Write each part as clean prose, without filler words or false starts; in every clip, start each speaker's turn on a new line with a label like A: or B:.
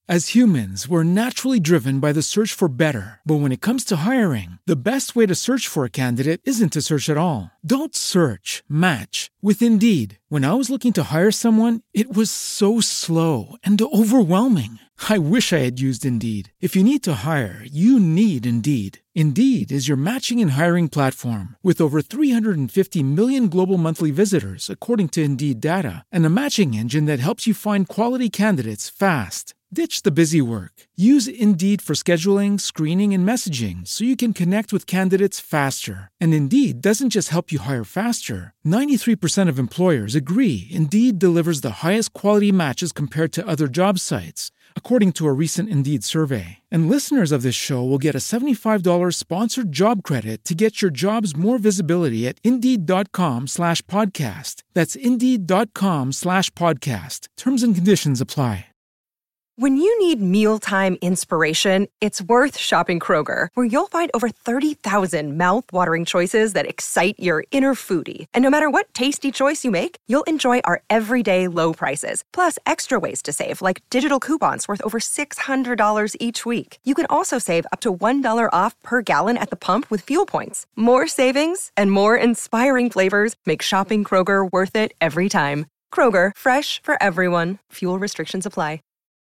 A: As humans, we're naturally driven by the search for better. But when it comes to hiring, the best way to search for a candidate isn't to search at all. Don't search, match with Indeed. When I was looking to hire someone, it was so slow and overwhelming. I wish I had used Indeed. If you need to hire, you need Indeed. Indeed is your matching and hiring platform with over 350 million global monthly visitors, according to Indeed data, and a matching engine that helps you find quality candidates fast. Ditch the busy work. Use Indeed for scheduling, screening, and messaging so you can connect with candidates faster. And Indeed doesn't just help you hire faster. 93% of employers agree Indeed delivers the highest quality matches compared to other job sites, according to a recent Indeed survey. And listeners of this show will get a $75 sponsored job credit to get your jobs more visibility at Indeed.com/podcast. That's Indeed.com/podcast. Terms and conditions apply.
B: When you need mealtime inspiration, it's worth shopping Kroger, where you'll find over 30,000 mouth-watering choices that excite your inner foodie. And no matter what tasty choice you make, you'll enjoy our everyday low prices, plus extra ways to save, like digital coupons worth over $600 each week. You can also save up to $1 off per gallon at the pump with fuel points. More savings and more inspiring flavors make shopping Kroger worth it every time. Kroger, fresh for everyone. Fuel restrictions apply.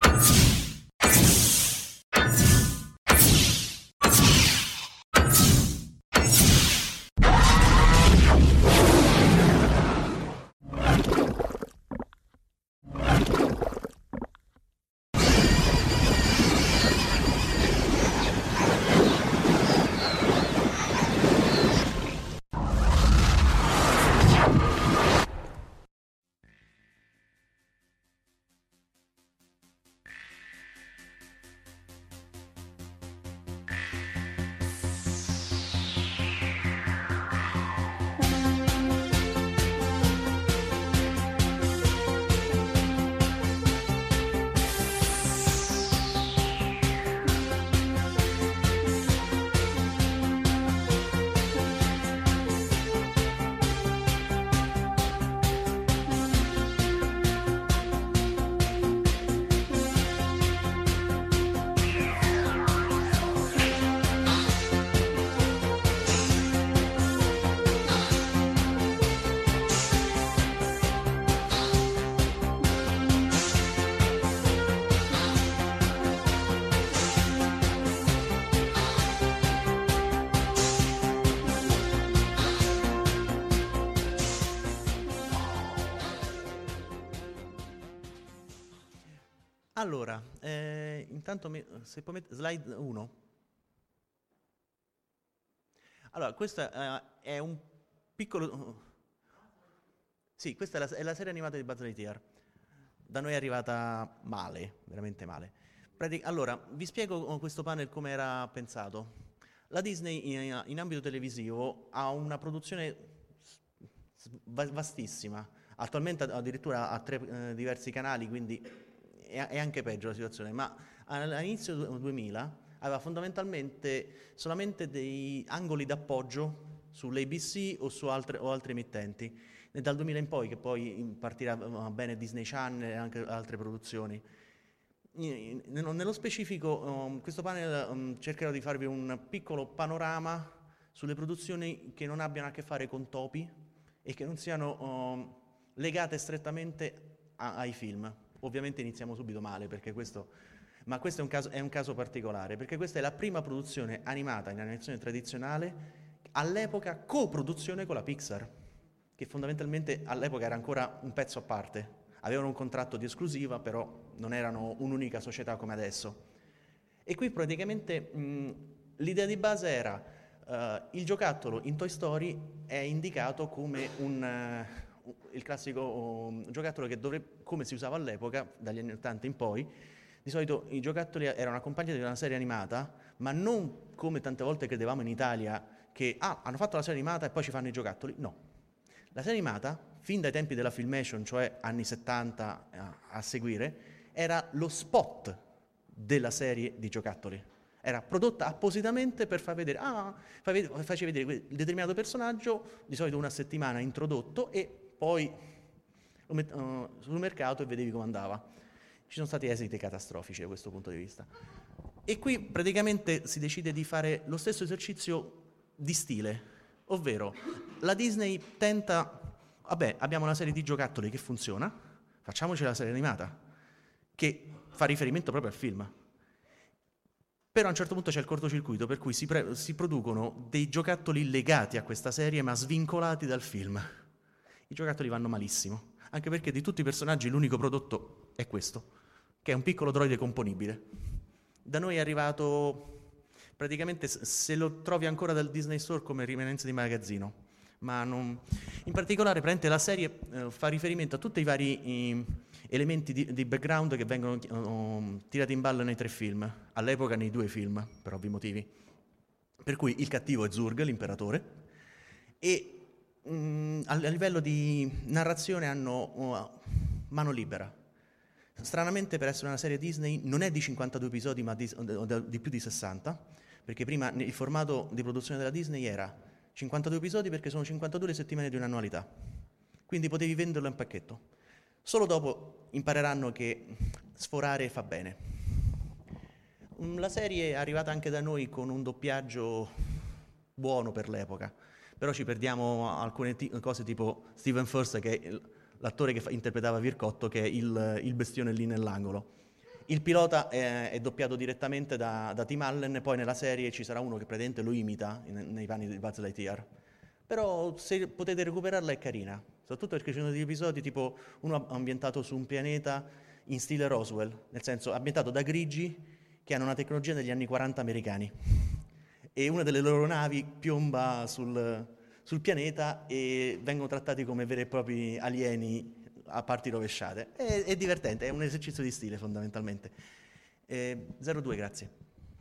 C: Allora, intanto se puoi mettere slide 1. Allora, questo è un piccolo... Sì, questa è la serie animata di Buzz Lightyear. Da noi è arrivata male, veramente male. Allora, vi spiego questo panel come era pensato. La Disney in ambito televisivo ha una produzione vastissima. Attualmente addirittura ha 3 diversi canali, quindi è anche peggio la situazione, ma all'inizio 2000 aveva fondamentalmente solamente dei angoli d'appoggio sull'ABC o su altre emittenti. E dal 2000 in poi, che poi partirà bene Disney Channel e anche altre produzioni. Nello specifico, questo panel cercherò di farvi un piccolo panorama sulle produzioni che non abbiano a che fare con topi e che non siano legate strettamente ai film. Ovviamente iniziamo subito male, ma questo è un caso particolare, perché questa è la prima produzione animata in animazione tradizionale, all'epoca coproduzione con la Pixar, che fondamentalmente all'epoca era ancora un pezzo a parte. Avevano un contratto di esclusiva, però non erano un'unica società come adesso. E qui praticamente l'idea di base era il giocattolo in Toy Story è indicato come il classico giocattolo che come si usava all'epoca, dagli anni 80 in poi. Di solito i giocattoli erano accompagnati da una serie animata, ma non come tante volte credevamo in Italia, che hanno fatto la serie animata e poi ci fanno i giocattoli. No. La serie animata, fin dai tempi della Filmation, cioè anni 70 a seguire, era lo spot della serie di giocattoli. Era prodotta appositamente per far vedere, faceva vedere il determinato personaggio, di solito una settimana introdotto, e poi sul mercato e vedevi come andava. ci sono stati esiti catastrofici da questo punto di vista. E qui praticamente si decide di fare lo stesso esercizio di stile, ovvero la Disney tenta, vabbè, abbiamo una serie di giocattoli che funziona, facciamoci la serie animata, che fa riferimento proprio al film. Però a un certo punto c'è il cortocircuito, per cui si producono dei giocattoli legati a questa serie, ma svincolati dal film. I giocattoli vanno malissimo, anche perché di tutti i personaggi l'unico prodotto è questo, che è un piccolo droide componibile. Da noi è arrivato, praticamente se lo trovi ancora dal Disney Store come rimanenza di magazzino, ma non... In particolare, la serie fa riferimento a tutti i vari elementi di background che vengono tirati in ballo nei 3 film, all'epoca nei 2 film, per ovvi motivi. Per cui il cattivo è Zurg, l'imperatore, e a livello di narrazione hanno mano libera. Stranamente, per essere una serie Disney, non è di 52 episodi, ma di più di 60, perché prima il formato di produzione della Disney era 52 episodi perché sono 52 le settimane di un'annualità, quindi potevi venderlo in pacchetto. Solo dopo impareranno che sforare fa bene. La serie è arrivata anche da noi con un doppiaggio buono per l'epoca, però ci perdiamo alcune cose tipo Stephen Furst, che è l'attore che interpretava Vircotto, che è il bestione lì nell'angolo. Il pilota è doppiato direttamente da Tim Allen, poi nella serie ci sarà uno che praticamente lo imita nei panni di Buzz Lightyear. Però se potete recuperarla è carina, soprattutto perché ci sono degli episodi tipo uno ambientato su un pianeta in stile Roswell, nel senso ambientato da grigi che hanno una tecnologia degli anni 40 americani, e una delle loro navi piomba sul pianeta e vengono trattati come veri e propri alieni a parti rovesciate. È divertente, è un esercizio di stile fondamentalmente. 02, grazie.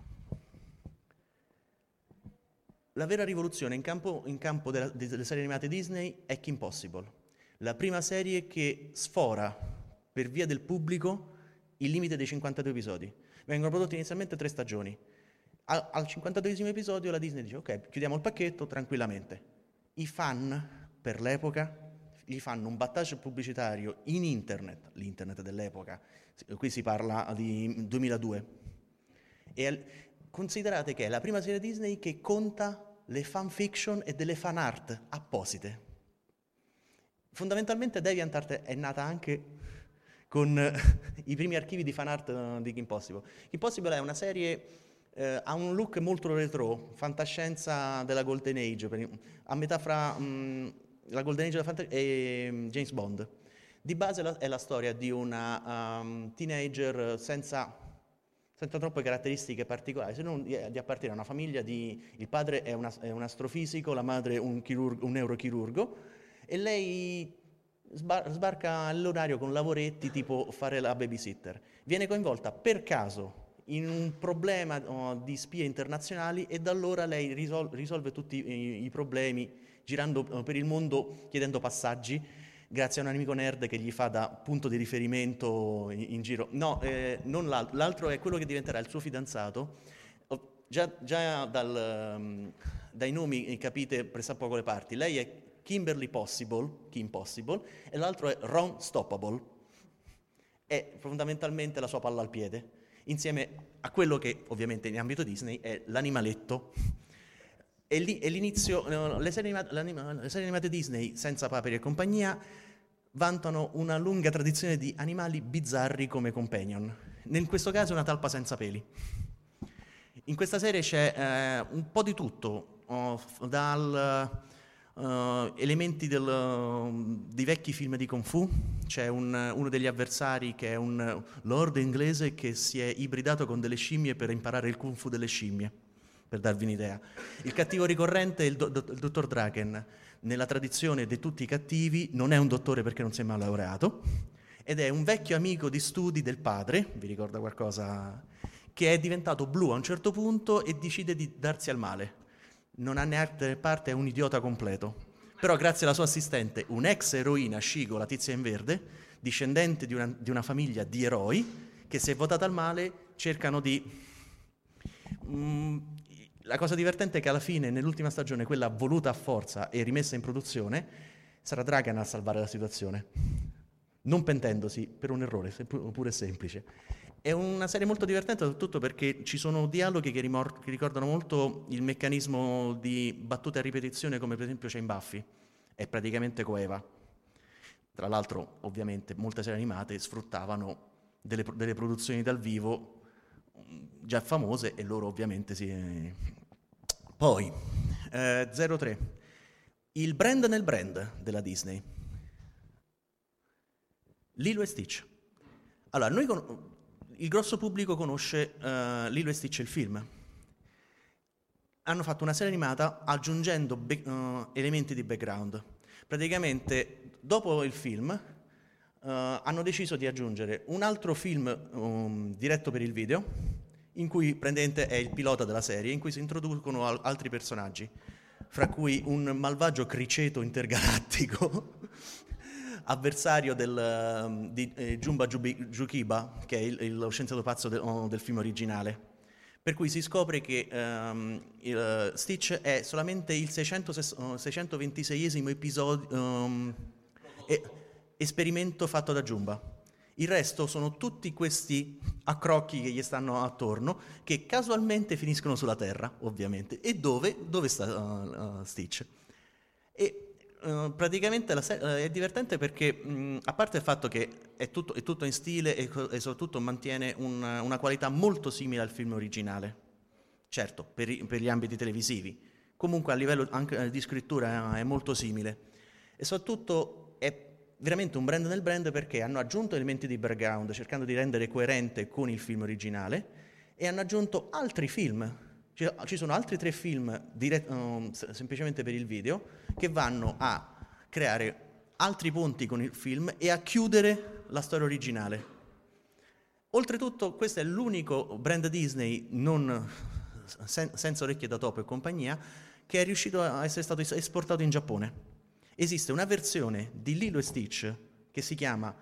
C: La vera rivoluzione in campo delle serie animate Disney è Kim Possible, la prima serie che sfora per via del pubblico il limite dei 52 episodi. Vengono prodotte inizialmente 3 stagioni. Al 52esimo episodio la Disney dice ok, chiudiamo il pacchetto tranquillamente. I fan per l'epoca gli fanno un battage pubblicitario in internet, l'internet dell'epoca, qui si parla di 2002, e considerate che è la prima serie Disney che conta le fanfiction e delle fan art apposite. Fondamentalmente DeviantArt è nata anche con i primi archivi di fan art di Kim Possible. Kim Possible è una serie, ha un look molto retro, fantascienza della Golden Age, a metà fra la Golden Age e James Bond. Di base è la storia di una teenager senza troppe caratteristiche particolari, se non di appartenere a una famiglia il padre è un astrofisico, la madre un neurochirurgo, e lei sbarca all'orario con lavoretti tipo fare la babysitter. Viene coinvolta per caso in un problema di spie internazionali e da allora lei risolve tutti i problemi girando per il mondo chiedendo passaggi, grazie a un amico nerd che gli fa da punto di riferimento in giro. No, non l'altro è quello che diventerà il suo fidanzato. Già dai nomi capite pressappoco le parti. Lei è Kimberly Possible, Kim Possible, e l'altro è Ron Stoppable. È fondamentalmente la sua palla al piede, insieme a quello che ovviamente in ambito Disney è l'animaletto. E l'inizio, le serie animate Disney, senza Paperi e compagnia, vantano una lunga tradizione di animali bizzarri come companion. In questo caso una talpa senza peli. In questa serie c'è un po' di tutto, elementi di vecchi film di Kung Fu. C'è uno degli avversari che è un lord inglese che si è ibridato con delle scimmie per imparare il Kung Fu delle scimmie, per darvi un'idea. Il cattivo ricorrente è il dottor Draken. Nella tradizione di tutti i cattivi non è un dottore perché non si è mai laureato, ed è un vecchio amico di studi del padre, vi ricorda qualcosa, che è diventato blu a un certo punto e decide di darsi al male. Non ha neanche parte, è un idiota completo. Però grazie alla sua assistente, un'ex eroina Shigo, la tizia in verde, discendente di una famiglia di eroi, che se è votata al male cercano di... La cosa divertente è che alla fine, nell'ultima stagione, quella voluta a forza e rimessa in produzione, sarà Dragan a salvare la situazione. non pentendosi per un errore, pure semplice. È una serie molto divertente, soprattutto perché ci sono dialoghi che ricordano molto il meccanismo di battute a ripetizione, come per esempio c'è in Buffy. È praticamente coeva. Tra l'altro, ovviamente, molte serie animate sfruttavano delle produzioni dal vivo già famose e loro ovviamente si... Poi, 03. Il brand nel brand della Disney. Lilo e Stitch. Allora, il grosso pubblico conosce Lilo e Stitch il film. Hanno fatto una serie animata aggiungendo elementi di background. Praticamente, dopo il film, hanno deciso di aggiungere un altro film diretto per il video, in cui praticamente è il pilota della serie, in cui si introducono altri personaggi, fra cui un malvagio criceto intergalattico, avversario di Jumba Jukiba, che è lo scienziato pazzo del film originale. Per cui si scopre che Stitch è solamente il 626esimo episodio, esperimento fatto da Jumba. Il resto sono tutti questi accrocchi che gli stanno attorno, che casualmente finiscono sulla Terra, ovviamente. E dove sta Stitch? E praticamente è divertente perché, a parte il fatto che è tutto in stile e soprattutto mantiene una qualità molto simile al film originale, certo, per gli ambiti televisivi, comunque a livello anche di scrittura è molto simile, e soprattutto è veramente un brand nel brand perché hanno aggiunto elementi di background cercando di rendere coerente con il film originale, e hanno aggiunto altri film. Ci sono altri 3 film semplicemente per il video, che vanno a creare altri ponti con il film e a chiudere la storia originale. Oltretutto, questo è l'unico brand Disney senza orecchie da topo e compagnia che è riuscito a essere stato esportato in Giappone. Esiste una versione di Lilo e Stitch che si chiama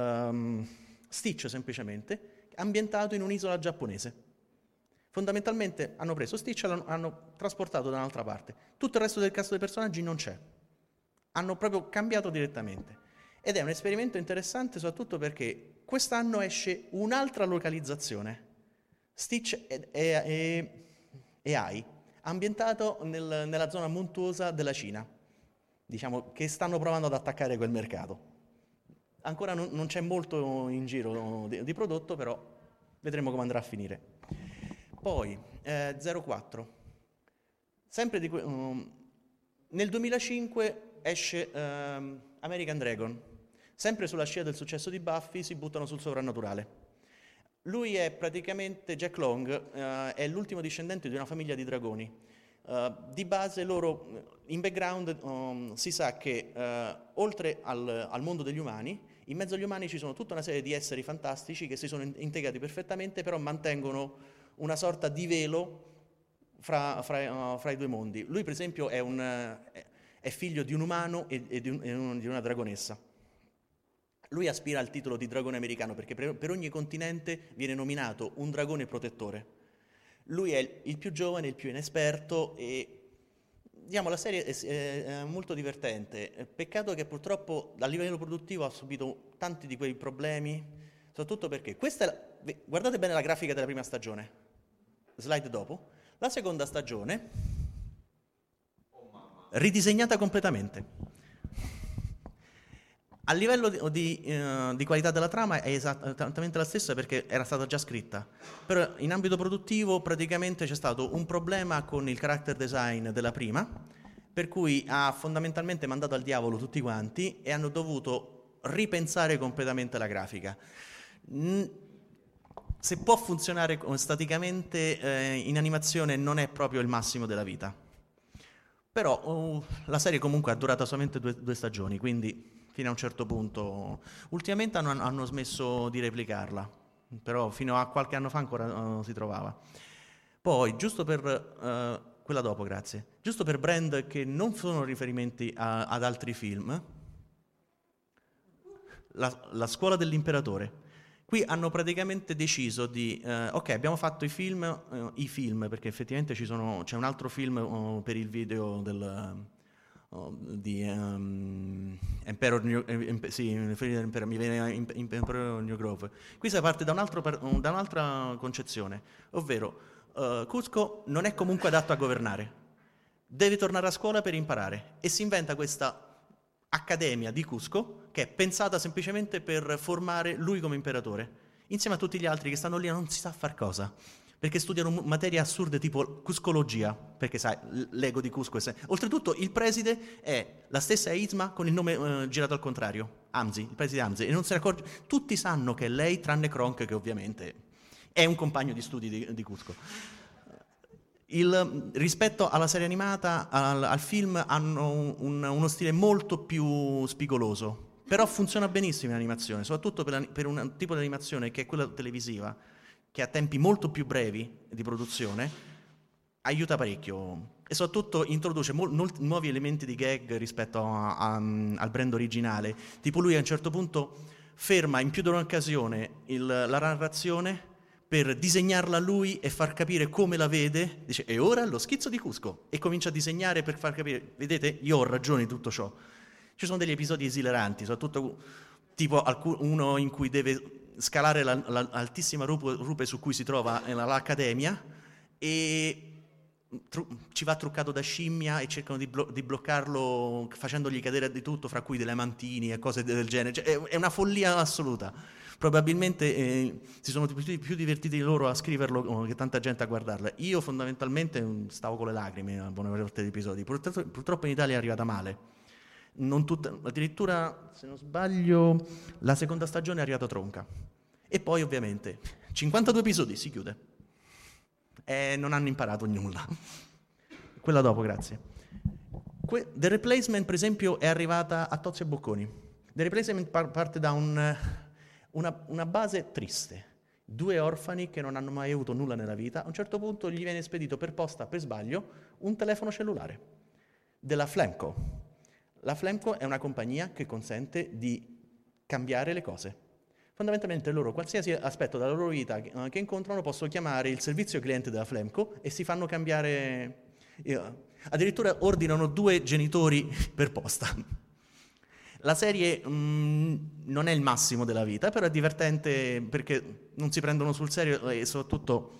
C: Stitch semplicemente, ambientato in un'isola giapponese. Fondamentalmente hanno preso Stitch e hanno trasportato da un'altra parte. Tutto il resto del cast dei personaggi non c'è. Hanno proprio cambiato direttamente. Ed è un esperimento interessante soprattutto perché quest'anno esce un'altra localizzazione. Stitch e Ai, ambientato nella zona montuosa della Cina. Diciamo che stanno provando ad attaccare quel mercato. Ancora non c'è molto in giro di prodotto, però vedremo come andrà a finire. Poi, 04. Sempre nel 2005 esce American Dragon. Sempre sulla scia del successo di Buffy si buttano sul sovrannaturale. Lui è praticamente Jack Long, è l'ultimo discendente di una famiglia di dragoni. Di base loro, in background, si sa che oltre al mondo degli umani, in mezzo agli umani ci sono tutta una serie di esseri fantastici che si sono integrati perfettamente, però mantengono una sorta di velo fra i due mondi. Lui, per esempio, è figlio di un umano e di una dragonessa. Lui aspira al titolo di dragone americano perché per ogni continente viene nominato un dragone protettore. Lui è il più giovane, il più inesperto e diciamo la serie è molto divertente. Peccato che purtroppo a livello produttivo ha subito tanti di quei problemi, soprattutto perché guardate bene la grafica della prima stagione. Slide dopo. La seconda stagione ridisegnata completamente. A livello di qualità della trama è esattamente la stessa perché era stata già scritta, però in ambito produttivo praticamente c'è stato un problema con il character design della prima, per cui ha fondamentalmente mandato al diavolo tutti quanti e hanno dovuto ripensare completamente la grafica. Se può funzionare staticamente, in animazione non è proprio il massimo della vita. Però la serie comunque ha durato solamente due stagioni, quindi fino a un certo punto. Ultimamente hanno smesso di replicarla, però fino a qualche anno fa ancora si trovava. Poi, giusto per quella dopo, grazie. Giusto per brand che non sono riferimenti ad altri film, la scuola dell'imperatore. Qui hanno praticamente deciso di, ok, abbiamo fatto i film, perché effettivamente c'è un altro film per il video di Emperor mi viene Emperor New Grove. Qui si parte da un'altra concezione, ovvero Cusco non è comunque adatto a governare, deve tornare a scuola per imparare e si inventa questa accademia di Cusco che è pensata semplicemente per formare lui come imperatore, insieme a tutti gli altri che stanno lì e non si sa far cosa. Perché studiano materie assurde tipo cuscologia, perché sai, l'ego di Cusco è oltretutto il preside è la stessa Isma con il nome girato al contrario, Amzi, il preside Amzi, e non se ne accorge, tutti sanno che è lei, tranne Kronk, che ovviamente è un compagno di studi di Cusco. Rispetto alla serie animata, al film, hanno uno stile molto più spigoloso, però funziona benissimo in animazione, soprattutto per un tipo di animazione che è quella televisiva, che ha tempi molto più brevi di produzione, aiuta parecchio e soprattutto introduce nuovi elementi di gag rispetto al brand originale. Tipo lui a un certo punto ferma in più di un'occasione la narrazione per disegnarla lui e far capire come la vede, dice e ora lo schizzo di Cusco, e comincia a disegnare per far capire, vedete, io ho ragione di tutto ciò. Ci sono degli episodi esileranti, soprattutto tipo uno in cui deve scalare l'altissima rupe su cui si trova l'accademia e ci va truccato da scimmia e cercano di bloccarlo facendogli cadere di tutto, fra cui delle mantini e cose del genere. Cioè, è una follia assoluta. Probabilmente si sono più divertiti loro a scriverlo che tanta gente a guardarla. Io fondamentalmente stavo con le lacrime a buona parte degli episodi. Purtroppo in Italia è arrivata male. Non addirittura, se non sbaglio, la seconda stagione è arrivata tronca. E poi ovviamente 52 episodi, si chiude. E non hanno imparato nulla. Quella dopo, grazie. The Replacement, per esempio, è arrivata a Tozzi e Bocconi. The Replacement parte da una base triste. 2 orfani che non hanno mai avuto nulla nella vita. A un certo punto gli viene spedito per posta, per sbaglio, un telefono cellulare della Flemco. La Flemco è una compagnia che consente di cambiare le cose. Fondamentalmente loro, qualsiasi aspetto della loro vita che incontrano, possono chiamare il servizio cliente della Flemco e si fanno cambiare. Addirittura ordinano 2 genitori per posta. La serie non è il massimo della vita, però è divertente perché non si prendono sul serio e soprattutto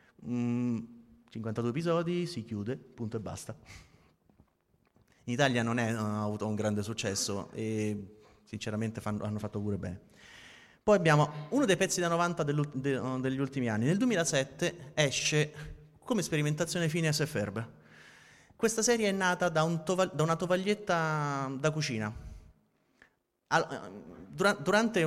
C: 52 episodi, si chiude, punto e basta. In Italia non ha avuto un grande successo e sinceramente hanno fatto pure bene. Poi abbiamo uno dei pezzi da 90 degli ultimi anni. Nel 2007 esce come sperimentazione Phineas e Ferb. Questa serie è nata da una tovaglietta da cucina. Durante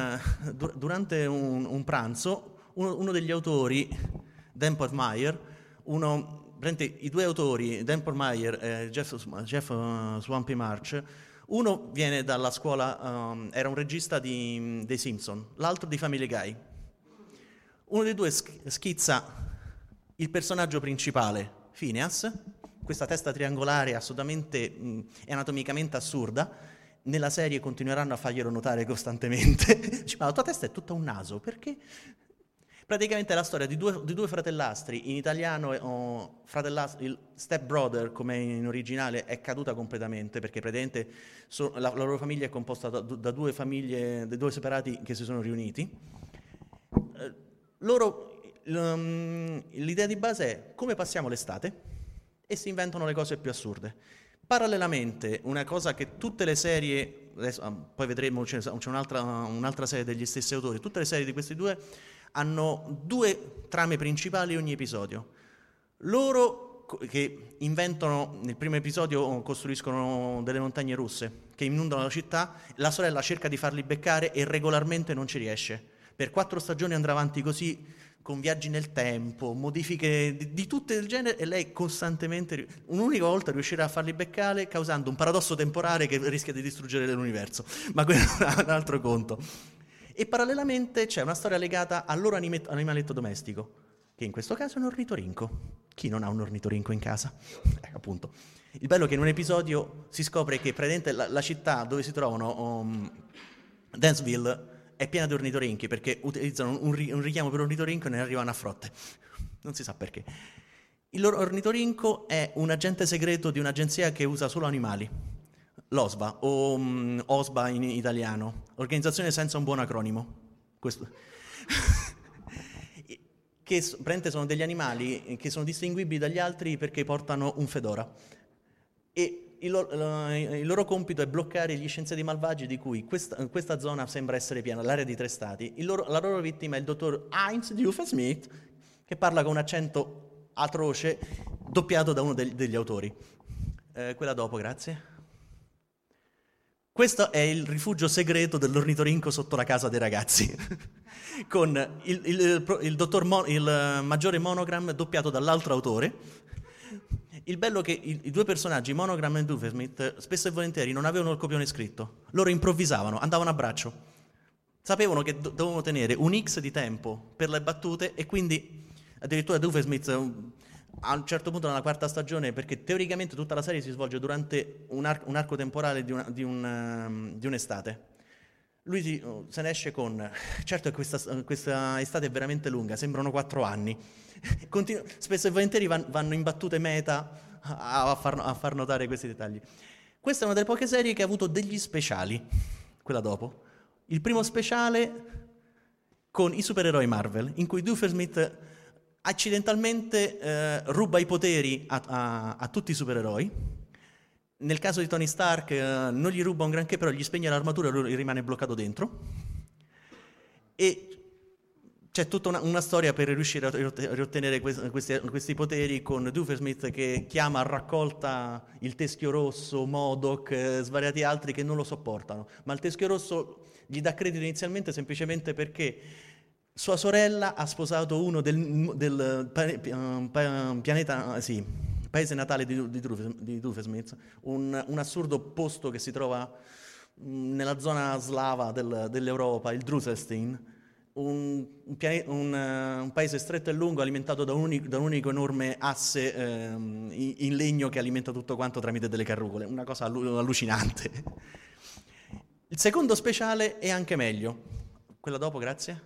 C: un pranzo, uno degli autori, Dan Portmeyer, i 2 autori, Dan Portmeyer e Jeff Swampy March, uno viene dalla scuola, era un regista dei Simpson, l'altro di Family Guy. Uno dei 2 schizza il personaggio principale, Phineas, questa testa triangolare assolutamente e anatomicamente assurda. Nella serie continueranno a farglielo notare costantemente. Dice, ma la tua testa è tutta un naso, perché? Praticamente è la storia di due fratellastri, in italiano il step brother, come in originale, è caduta completamente, perché praticamente la loro famiglia è composta da 2 famiglie, dai 2 separati che si sono riuniti. L'idea di base è come passiamo l'estate e si inventano le cose più assurde. Parallelamente, una cosa che tutte le serie, poi vedremo, c'è un'altra serie degli stessi autori, tutte le serie di questi 2 hanno 2 trame principali ogni episodio. Loro che inventano, nel primo episodio costruiscono delle montagne russe che inondano la città, la sorella cerca di farli beccare e regolarmente non ci riesce. Per 4 stagioni andrà avanti così, con viaggi nel tempo, modifiche di tutto il genere, e lei costantemente, un'unica volta riuscirà a farli beccare causando un paradosso temporale che rischia di distruggere l'universo, ma quello è un altro conto. E parallelamente c'è una storia legata al loro animaletto domestico, che in questo caso è un ornitorinco. Chi non ha un ornitorinco in casa? Appunto. Il bello è che in un episodio si scopre che praticamente la città dove si trovano, Danceville, è piena di ornitorinchi, perché utilizzano un richiamo per ornitorinco e ne arrivano a frotte. Non si sa perché. Il loro ornitorinco è un agente segreto di un'agenzia che usa solo animali, l'OSBA o OSBA in italiano, Organizzazione Senza un Buon Acronimo. Questo. Che praticamente sono degli animali che sono distinguibili dagli altri perché portano un fedora. E il loro compito è bloccare gli scienziati malvagi di cui questa zona sembra essere piena, l'area di 3 stati. La loro vittima è il dottor Heinz Doofenshmirtz, che parla con un accento atroce, doppiato da uno degli autori. Quella dopo, grazie. Questo è il rifugio segreto dell'ornitorinco sotto la casa dei ragazzi, con il maggiore Monogram doppiato dall'altro autore. Il bello è che i due personaggi, Monogram e Doofenshmirtz, spesso e volentieri non avevano il copione scritto, loro improvvisavano, andavano a braccio. Sapevano che dovevano tenere un X di tempo per le battute e quindi addirittura Doofenshmirtz a un certo punto nella 4ª stagione, perché teoricamente tutta la serie si svolge durante un arco temporale di un'estate. Lui se ne esce con, certo che questa estate è veramente lunga, sembrano 4 anni. Spesso e volentieri vanno in battute meta a far notare questi dettagli. Questa è una delle poche serie che ha avuto degli speciali, quella dopo. Il primo speciale con i supereroi Marvel, in cui Doofenshmirtz accidentalmente ruba i poteri a tutti i supereroi. Nel caso di Tony Stark non gli ruba un granché, però gli spegne l'armatura e lui rimane bloccato dentro. E c'è tutta una storia per riuscire a riottenere questi poteri, con Doofenshmirtz che chiama a raccolta il Teschio Rosso, MODOK, svariati altri che non lo sopportano. Ma il Teschio Rosso gli dà credito inizialmente semplicemente perché sua sorella ha sposato uno del pianeta, sì, paese natale di Doofenshmirtz, un assurdo posto che si trova nella zona slava dell'Europa, il Druselstein, un paese stretto e lungo alimentato da un unico enorme asse in legno che alimenta tutto quanto tramite delle carrucole, una cosa allucinante. Il secondo speciale è anche meglio. Quella dopo, grazie.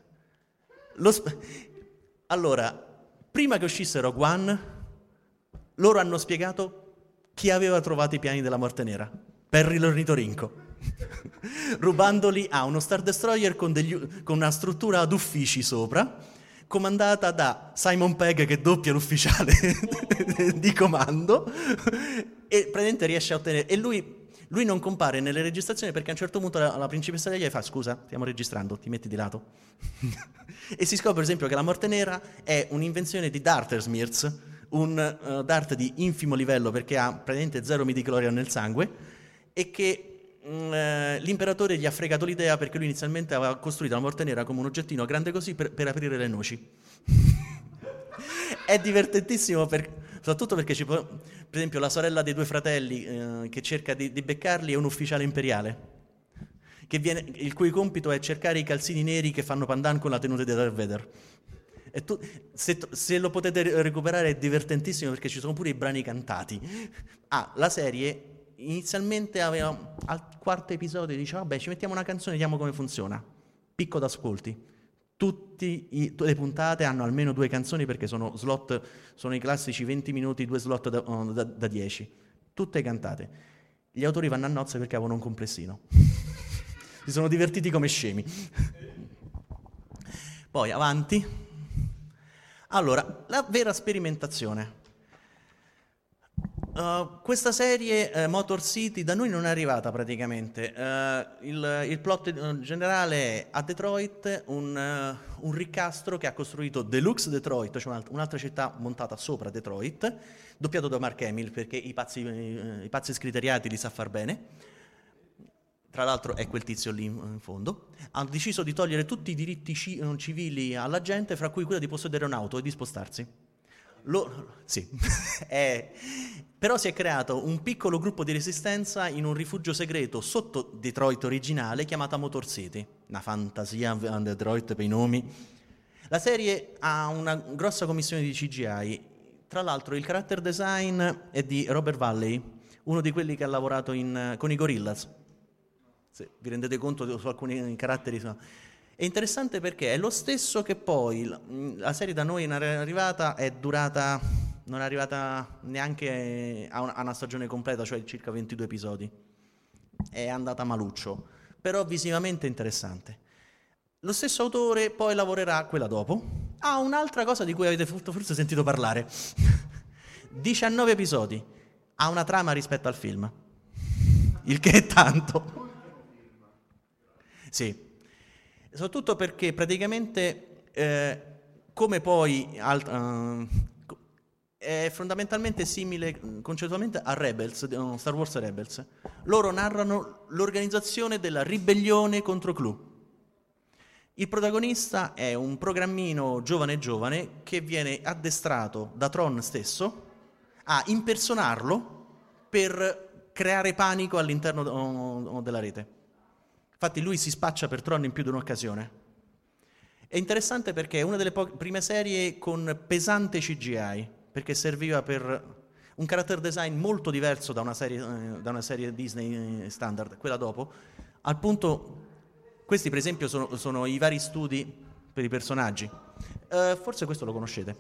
C: Allora, prima che uscisse Rogue One, loro hanno spiegato chi aveva trovato i piani della Morte Nera. Perry l'ornitorinco, rubandoli a uno Star Destroyer con una struttura ad uffici sopra, comandata da Simon Pegg, che doppia l'ufficiale di comando, e praticamente riesce a ottenere... E lui non compare nelle registrazioni perché a un certo punto la principessa Leia fa: scusa, stiamo registrando, ti metti di lato. E si scopre per esempio che la Morte Nera è un'invenzione di Darthersmirtz, un Darth di infimo livello perché ha praticamente 0 midichlorian nel sangue, e che l'imperatore gli ha fregato l'idea perché lui inizialmente aveva costruito la Morte Nera come un oggettino grande così per aprire le noci. È divertentissimo soprattutto perché per esempio la sorella dei 2 fratelli che cerca di beccarli è un ufficiale imperiale il cui compito è cercare i calzini neri che fanno pandan con la tenuta di Darth Vader. E se lo potete recuperare è divertentissimo perché ci sono pure i brani cantati. La serie inizialmente aveva al 4º episodio diceva vabbè, ci mettiamo una canzone e vediamo come funziona. Picco d'ascolti. Tutte le puntate hanno almeno 2 canzoni perché sono i classici 20 minuti, 2 slot da 10, tutte cantate. Gli autori vanno a nozze perché avevano un complessino. Si sono divertiti come scemi. Poi avanti. Allora, la vera sperimentazione. Questa serie Motor City da noi non è arrivata praticamente. Il plot generale è a Detroit un ricastro che ha costruito Deluxe Detroit, cioè un'altra città montata sopra Detroit, doppiato da Mark Hamill perché i pazzi scriteriati li sa far bene. Tra l'altro è quel tizio lì in fondo. Hanno deciso di togliere tutti i diritti civili alla gente, fra cui quello di possedere un'auto e di spostarsi. Sì. Però si è creato un piccolo gruppo di resistenza in un rifugio segreto sotto Detroit originale chiamata Motor City. Una fantasia a Detroit per i nomi. La serie ha una grossa commissione di CGI. Tra l'altro il character design è di Robert Valley, uno di quelli che ha lavorato con i Gorillaz. Se vi rendete conto su alcuni caratteri. È interessante perché è lo stesso che poi la serie da noi è arrivata, è durata non è arrivata neanche a una stagione completa, cioè circa 22 episodi. È andata maluccio, però visivamente interessante. Lo stesso autore poi lavorerà quella dopo. Un'altra cosa di cui avete forse sentito parlare. 19 episodi. Ha una trama rispetto al film. Il che è tanto. Sì. Soprattutto perché praticamente, come poi è fondamentalmente simile concettualmente a Rebels, Star Wars Rebels. Loro narrano l'organizzazione della ribellione contro Clu. Il protagonista è un programmino giovane che viene addestrato da Tron stesso a impersonarlo per creare panico all'interno della rete. Infatti lui si spaccia per Tron in più di un'occasione. È interessante perché è una delle prime serie con pesante CGI, perché serviva per un character design molto diverso da una serie Disney standard, quella dopo, al punto. Questi per esempio sono i vari studi per i personaggi. Forse questo lo conoscete.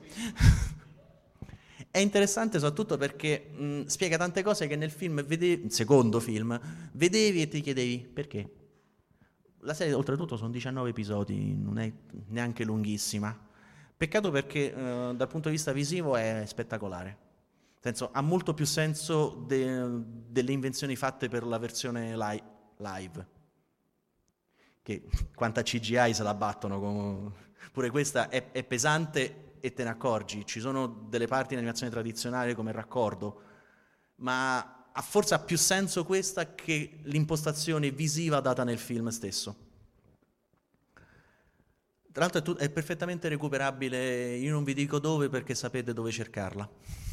C: È interessante soprattutto perché spiega tante cose che nel film, secondo film, vedevi e ti chiedevi perché. La serie oltretutto sono 19 episodi, non è neanche lunghissima. Peccato perché dal punto di vista visivo è spettacolare. Nel senso, ha molto più senso delle invenzioni fatte per la versione live. Che quanta CGI se la battono, pure questa è pesante e te ne accorgi, ci sono delle parti in animazione tradizionale come il raccordo, ma forse ha più senso questa che l'impostazione visiva data nel film stesso. Tra l'altro è perfettamente recuperabile, io non vi dico dove perché sapete dove cercarla.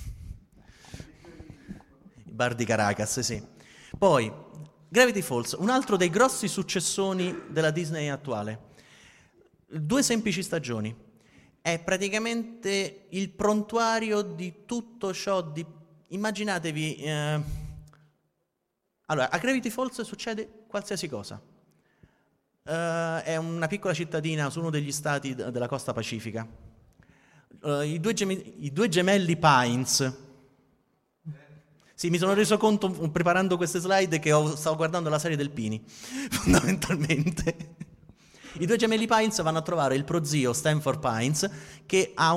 C: Il bar di Caracas, sì. Poi Gravity Falls, un altro dei grossi successoni della Disney attuale. 2 semplici stagioni. È praticamente il prontuario di tutto ciò Immaginatevi. Allora, a Gravity Falls succede qualsiasi cosa. È una piccola cittadina su uno degli stati della costa pacifica. I due gemelli Pines. Sì, mi sono reso conto preparando queste slide che stavo guardando la serie del Pini, fondamentalmente. I 2 gemelli Pines vanno a trovare il prozio Stanford Pines che ha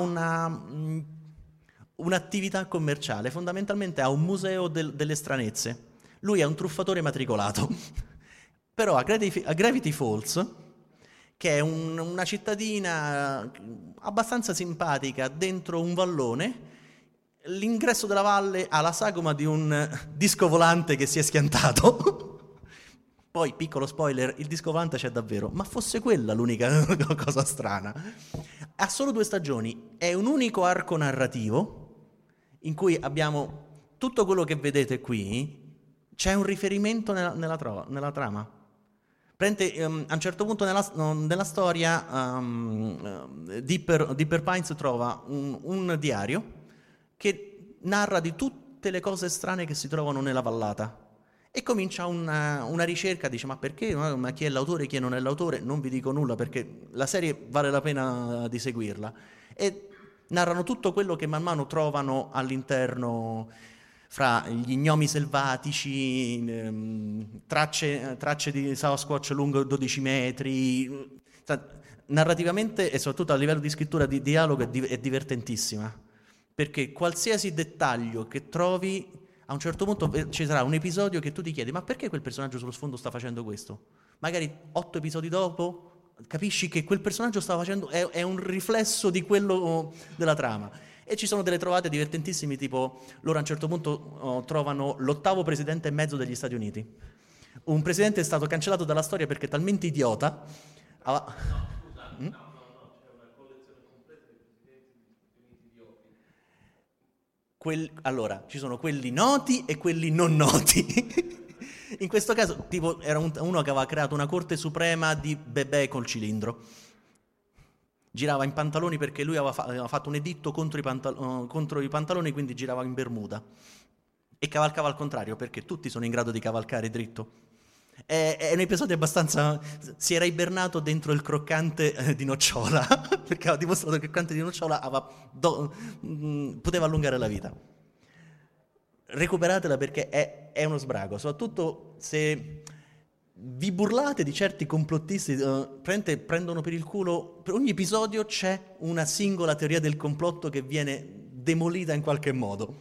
C: un'attività commerciale, fondamentalmente ha un museo delle stranezze. Lui è un truffatore matricolato, però a Gravity Falls, che è una cittadina abbastanza simpatica dentro un vallone, l'ingresso della valle ha la sagoma di un disco volante che si è schiantato. Poi, piccolo spoiler, il disco volante c'è davvero, ma fosse quella l'unica cosa strana. Ha solo 2 stagioni, è un unico arco narrativo in cui abbiamo tutto quello che vedete qui, c'è un riferimento nella trama. A un certo punto nella storia Dipper Pines trova un diario che narra di tutte le cose strane che si trovano nella vallata e comincia una ricerca, dice ma perché, ma chi è l'autore, chi non è l'autore, non vi dico nulla perché la serie vale la pena di seguirla, e narrano tutto quello che man mano trovano all'interno, fra gli gnomi selvatici, tracce di Sasquatch lungo 12 metri, narrativamente e soprattutto a livello di scrittura di dialogo è divertentissima. Perché qualsiasi dettaglio che trovi, a un certo punto ci sarà un episodio che tu ti chiedi ma perché quel personaggio sullo sfondo sta facendo questo? Magari 8 episodi dopo capisci che quel personaggio stava facendo è un riflesso di quello della trama. E ci sono delle trovate divertentissime, tipo loro a un certo punto trovano l'8º presidente e mezzo degli Stati Uniti. Un presidente è stato cancellato dalla storia perché è talmente idiota. Allora, ci sono quelli noti e quelli non noti. In questo caso, tipo, era uno che aveva creato una corte suprema di bebè col cilindro. Girava in pantaloni perché lui aveva fatto un editto contro i pantaloni, quindi girava in bermuda. E cavalcava al contrario, perché tutti sono in grado di cavalcare dritto. È un episodio abbastanza... Si era ibernato dentro il croccante di nocciola, perché aveva dimostrato che il croccante di nocciola poteva allungare la vita. Recuperatela perché è uno sbrago, soprattutto se vi burlate di certi complottisti, prendono per il culo, per ogni episodio c'è una singola teoria del complotto che viene demolita in qualche modo.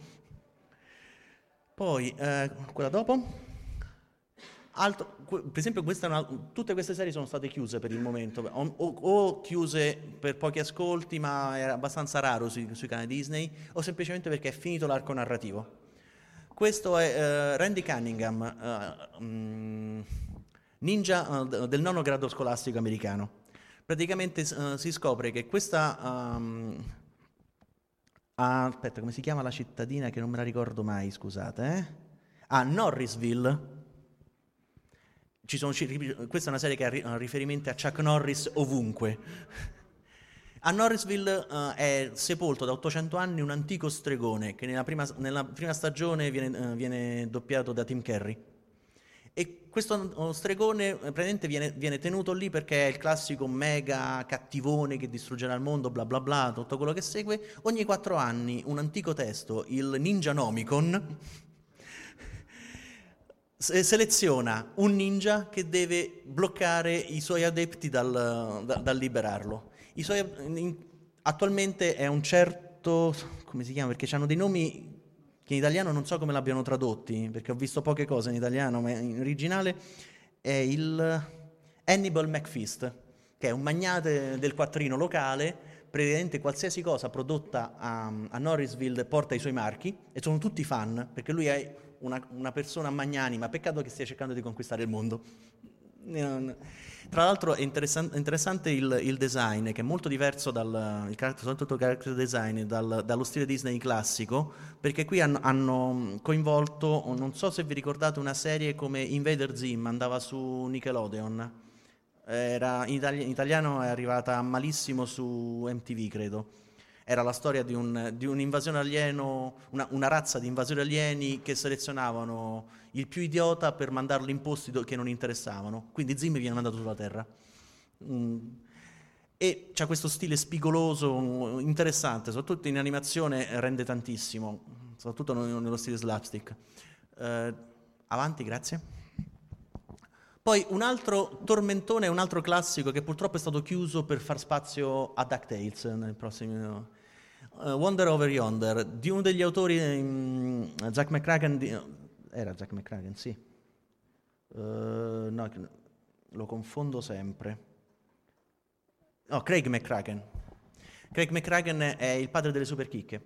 C: Poi, quella dopo... per esempio tutte queste serie sono state chiuse per il momento, o chiuse per pochi ascolti, ma era abbastanza raro sui canali Disney, o semplicemente perché è finito l'arco narrativo. Questo è Randy Cunningham, ninja del 9° grado scolastico americano. Praticamente si scopre che questa... aspetta, come si chiama la cittadina che non me la ricordo mai, scusate. Norrisville. Questa è una serie che ha riferimenti a Chuck Norris ovunque. A Norrisville è sepolto da 800 anni un antico stregone che nella prima stagione viene doppiato da Tim Curry. E questo stregone praticamente viene tenuto lì perché è il classico mega cattivone che distruggerà il mondo, bla bla bla, tutto quello che segue. Ogni 4 anni un antico testo, il Ninjanomicon, seleziona un ninja che deve bloccare i suoi adepti dal liberarlo. Attualmente è un certo... come si chiama? Perché hanno dei nomi che in italiano non so come l'abbiano tradotti, perché ho visto poche cose in italiano, ma in originale è il Hannibal McFeast, che è un magnate del quattrino locale. Praticamente qualsiasi cosa prodotta a Norrisville porta i suoi marchi e sono tutti fan, perché lui è una persona magnanima, peccato che stia cercando di conquistare il mondo. Tra l'altro è interessante il design, che è molto diverso soprattutto il character design dallo stile Disney classico, perché qui hanno coinvolto, non so se vi ricordate, una serie come Invader Zim, andava su Nickelodeon, in italiano è arrivata malissimo su MTV, credo. Era la storia di un'invasione alieno, una razza di invasori alieni che selezionavano il più idiota per mandarlo in posti che non interessavano. Quindi Zim viene mandato sulla Terra. E c'ha questo stile spigoloso, interessante, soprattutto in animazione rende tantissimo, soprattutto nello stile slapstick. Avanti, grazie. Poi un altro tormentone, un altro classico che purtroppo è stato chiuso per far spazio a DuckTales nel prossimo... Wonder Over Yonder, di uno degli autori, Zach McCracken, era Zach McCracken, sì. No, lo confondo sempre. No, Craig McCracken. Craig McCracken è il padre delle superchicche,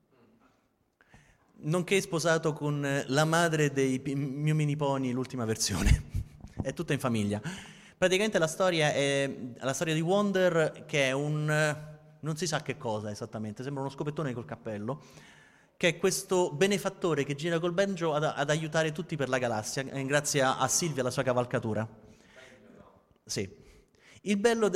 C: nonché sposato con la madre dei Mew Mini Pony, l'ultima versione. È tutta in famiglia. Praticamente la storia è la storia di Wonder, che è non si sa che cosa esattamente, sembra uno scopettone col cappello, che è questo benefattore che gira col banjo ad aiutare tutti per la galassia, grazie a Sylvia e alla sua cavalcatura. Sì. Il bello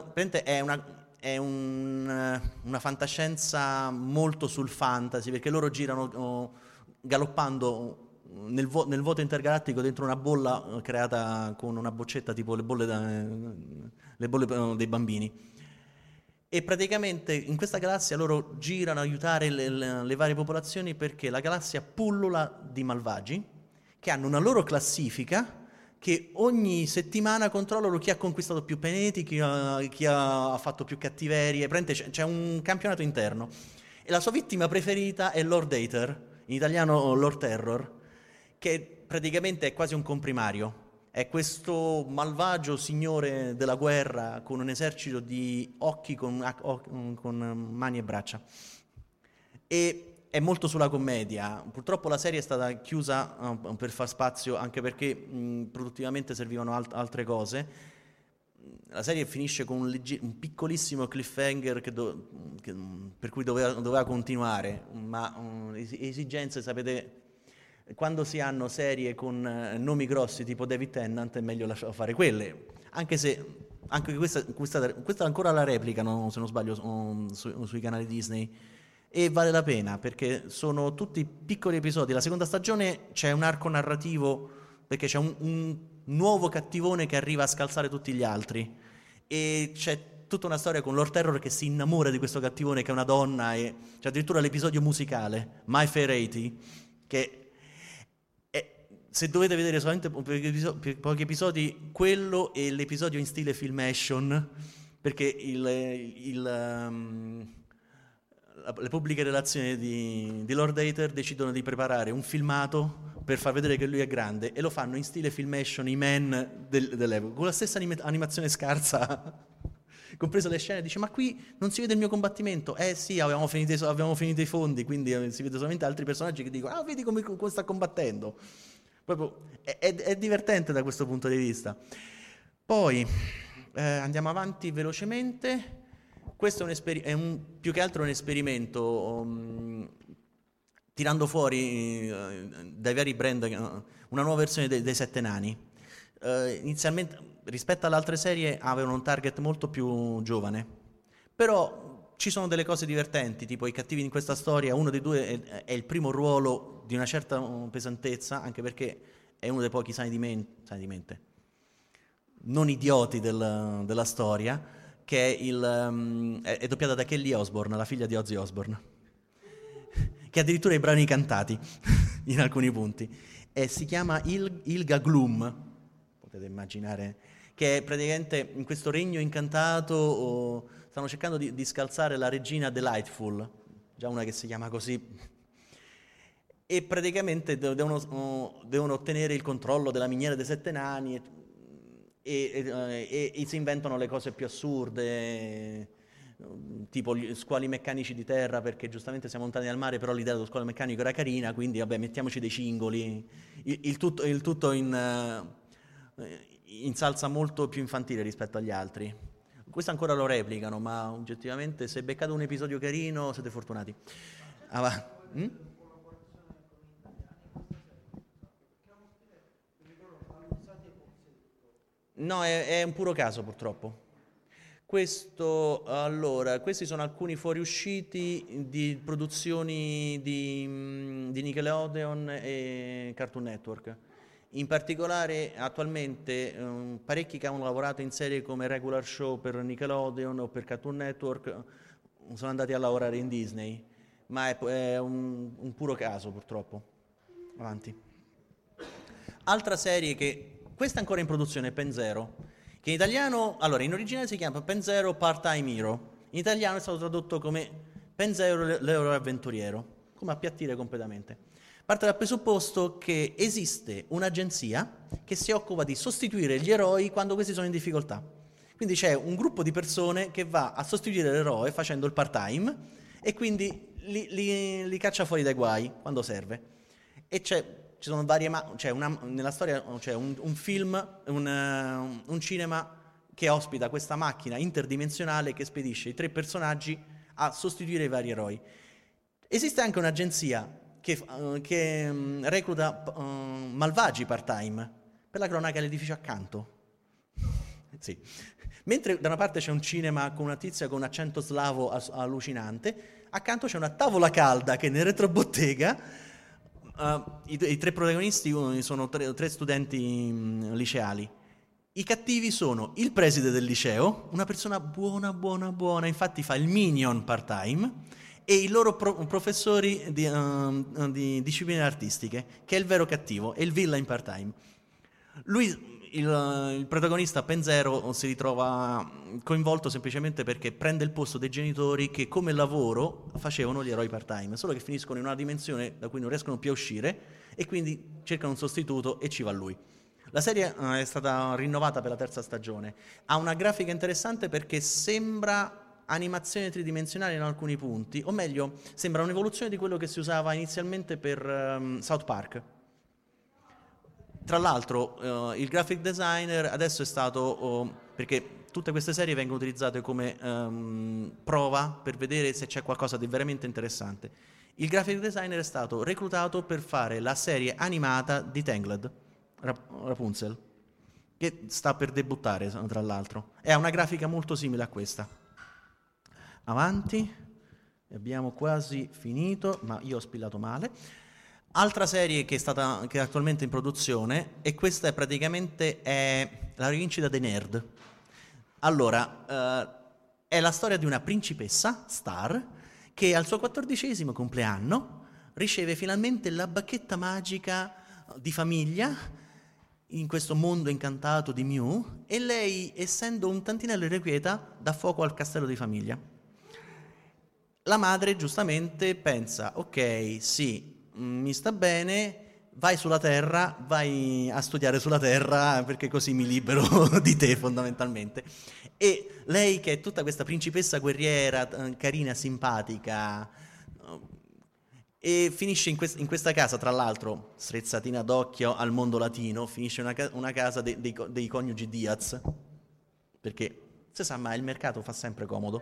C: è una fantascienza molto sul fantasy, perché loro girano galoppando nel vuoto intergalattico dentro una bolla creata con una boccetta tipo le bolle dei bambini. E praticamente in questa galassia loro girano a aiutare le varie popolazioni, perché la galassia pullula di malvagi che hanno una loro classifica che ogni settimana controllano chi ha conquistato più pianeti, chi ha fatto più cattiverie. C'è un campionato interno e la sua vittima preferita è Lord Hater, in italiano Lord Terror, che praticamente è quasi un comprimario. È questo malvagio signore della guerra con un esercito di occhi con mani e braccia. E è molto sulla commedia. Purtroppo la serie è stata chiusa per far spazio, anche perché produttivamente servivano altre cose. La serie finisce con un piccolissimo cliffhanger per cui doveva continuare, ma esigenze, sapete... Quando si hanno serie con nomi grossi tipo David Tennant è meglio lasciare fare quelle, anche se anche questa è ancora la replicano, se non sbaglio, sui canali Disney, e vale la pena perché sono tutti piccoli episodi. La seconda stagione c'è un arco narrativo, perché c'è nuovo cattivone che arriva a scalzare tutti gli altri. E c'è tutta una storia con Lord Terror che si innamora di questo cattivone che è una donna, e c'è addirittura l'episodio musicale My Fair 80, che se dovete vedere solamente pochi episodi, quello e l'episodio in stile Filmation, perché le pubbliche relazioni di Lord Hater decidono di preparare un filmato per far vedere che lui è grande, e lo fanno in stile Filmation, i men dell'epoca, con la stessa animazione scarsa, compreso le scene. Dice: ma qui non si vede il mio combattimento? Sì, avevamo finito i fondi, quindi si vede solamente altri personaggi che dicono: vedi come sta combattendo. Proprio è divertente da questo punto di vista. Poi andiamo avanti velocemente. Questo è più che altro un esperimento, tirando fuori dai vari brand una nuova versione dei Sette Nani. Inizialmente, rispetto alle altre serie, avevano un target molto più giovane, però ci sono delle cose divertenti, tipo i cattivi in questa storia, uno dei due è il primo ruolo di una certa pesantezza, anche perché è uno dei pochi sani di mente, non idioti della storia, che è doppiata da Kelly Osbourne, la figlia di Ozzy Osbourne, che addirittura ha i brani cantati in alcuni punti, e si chiama Ilga Gloom, potete immaginare, che è praticamente in questo regno incantato stanno cercando di scalzare la regina Delightful, già una che si chiama così, e praticamente devono ottenere il controllo della miniera dei Sette Nani, e si inventano le cose più assurde, tipo gli squali meccanici di terra, perché giustamente siamo lontani dal mare, però l'idea dello squalo meccanico era carina, quindi vabbè, mettiamoci dei cingoli, il tutto in salsa molto più infantile rispetto agli altri. Questo ancora lo replicano, ma oggettivamente se beccate un episodio carino siete fortunati. No, è un puro caso purtroppo. Questi sono alcuni fuoriusciti di produzioni di Nickelodeon e Cartoon Network. In particolare, attualmente, parecchi che hanno lavorato in serie come regular show per Nickelodeon o per Cartoon Network sono andati a lavorare in Disney, ma è un puro caso purtroppo. Avanti. Altra serie che... Questa è ancora in produzione, Penzero, che in italiano, allora in originale si chiama Penzero Part-Time Hero, in italiano è stato tradotto come Penzero l'eroe avventuriero, come appiattire completamente. Parte dal presupposto che esiste un'agenzia che si occupa di sostituire gli eroi quando questi sono in difficoltà. Quindi c'è un gruppo di persone che va a sostituire l'eroe facendo il part-time, e quindi li caccia fuori dai guai quando serve. E ci sono varie, nella storia c'è un film, un cinema che ospita questa macchina interdimensionale che spedisce i tre personaggi a sostituire i vari eroi. Esiste anche un'agenzia che recluta malvagi part-time per la cronaca all'edificio accanto. Sì. Mentre da una parte c'è un cinema con una tizia con un accento slavo allucinante, accanto c'è una tavola calda che nel retrobottega i tre protagonisti sono tre studenti liceali. I cattivi sono il preside del liceo, una persona buona, infatti fa il minion part-time, e i loro professori di discipline artistiche, che è il vero cattivo, è il villain part-time. Lui, il protagonista Penzero, si ritrova coinvolto semplicemente perché prende il posto dei genitori che come lavoro facevano gli eroi part-time, solo che finiscono in una dimensione da cui non riescono più a uscire, e quindi cercano un sostituto e ci va lui. La serie è stata rinnovata per la terza stagione, ha una grafica interessante perché sembra animazione tridimensionale in alcuni punti, o meglio, sembra un'evoluzione di quello che si usava inizialmente per South Park. Tra l'altro il graphic designer adesso è stato, perché tutte queste serie vengono utilizzate come prova per vedere se c'è qualcosa di veramente interessante, il graphic designer è stato reclutato per fare la serie animata di Tangled, Rapunzel, che sta per debuttare tra l'altro, e ha una grafica molto simile a questa. Avanti, abbiamo quasi finito, ma io ho spillato male. Altra serie che è attualmente in produzione, e questa è praticamente la rivincita dei nerd. Allora, è la storia di una principessa, Star, che al suo 14° compleanno riceve finalmente la bacchetta magica di famiglia in questo mondo incantato di Mew, e lei, essendo un tantinello irrequieta, dà fuoco al castello di famiglia. La madre giustamente pensa: ok, sì, mi sta bene, vai sulla Terra, vai a studiare sulla Terra perché così mi libero di te, fondamentalmente. E lei, che è tutta questa principessa guerriera, carina, simpatica, e finisce in questa casa, tra l'altro strizzatina d'occhio al mondo latino, finisce una casa dei coniugi Diaz, perché si sa mai, il mercato fa sempre comodo.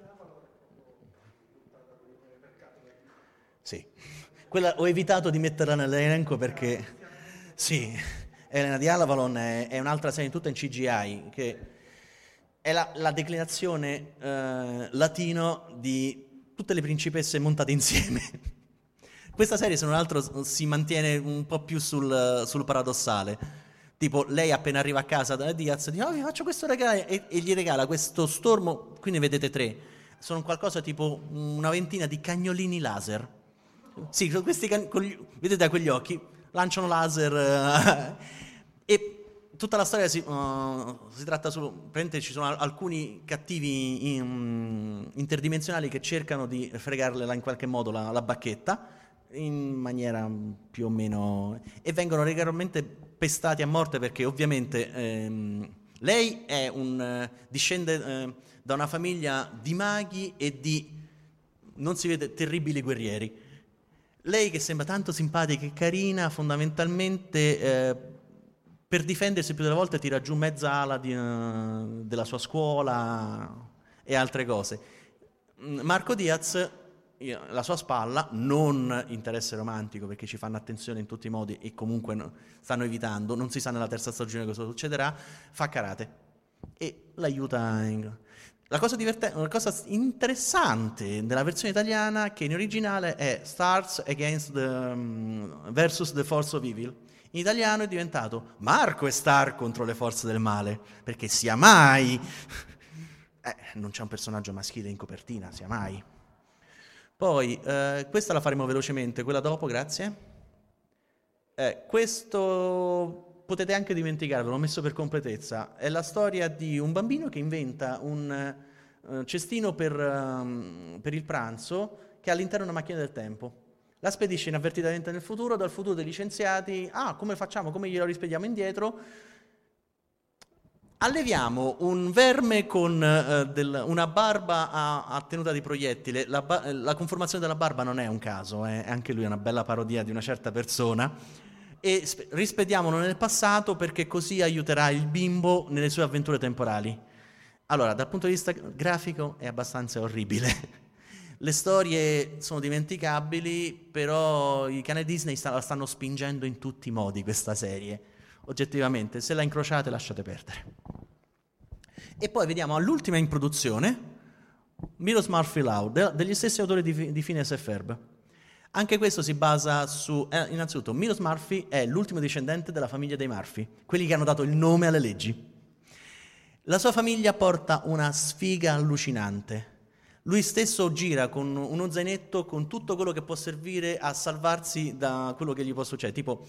C: Sì, quella ho evitato di metterla nell'elenco perché sì, Elena di Avalon è un'altra serie tutta in CGI, che è la declinazione latino di tutte le principesse montate insieme. Questa serie, se non altro, si mantiene un po' più sul paradossale. Tipo, lei appena arriva a casa da Diaz dice: oh, vi faccio questo regalo, e gli regala questo stormo, qui ne vedete 3. Sono qualcosa tipo una ventina di cagnolini laser. Sì, questi vedete da quegli occhi, lanciano laser. E tutta la storia si tratta praticamente ci sono alcuni cattivi interdimensionali che cercano di fregarle in qualche modo la bacchetta, in maniera più o meno, e vengono regolarmente pestati a morte perché ovviamente lei è discende da una famiglia di maghi e di, non si vede, terribili guerrieri. Lei, che sembra tanto simpatica e carina, fondamentalmente per difendersi più delle volte tira giù mezza ala della sua scuola e altre cose. Marco Diaz, la sua spalla, non interesse romantico perché ci fanno attenzione in tutti i modi e comunque stanno evitando, non si sa nella terza stagione cosa succederà, fa karate e l'aiuta. La cosa interessante della versione italiana, che in originale è Stars versus the Force of Evil, in italiano è diventato Marco e Star contro le forze del male, perché sia mai non c'è un personaggio maschile in copertina, sia mai. Poi, questa la faremo velocemente, quella dopo, grazie. Questo potete anche dimenticarlo, l'ho messo per completezza. È la storia di un bambino che inventa un cestino per il pranzo che ha all'interno una macchina del tempo. La spedisce inavvertitamente nel futuro, dal futuro dei licenziati. Come facciamo? Come glielo rispediamo indietro? Alleviamo un verme con una barba a tenuta di proiettile. La conformazione della barba non è un caso, è anche lui una bella parodia di una certa persona. E rispediamolo nel passato perché così aiuterà il bimbo nelle sue avventure temporali. Allora, dal punto di vista grafico è abbastanza orribile. Le storie sono dimenticabili, però i canali Disney la stanno spingendo in tutti i modi questa serie. Oggettivamente, se la incrociate lasciate perdere. E poi vediamo all'ultima in produzione, Milos Murphy Law, degli stessi autori di Phineas e Ferb. Anche questo si basa su... innanzitutto, Milos Murphy è l'ultimo discendente della famiglia dei Murphy, quelli che hanno dato il nome alle leggi. La sua famiglia porta una sfiga allucinante. Lui stesso gira con uno zainetto con tutto quello che può servire a salvarsi da quello che gli può succedere. Tipo,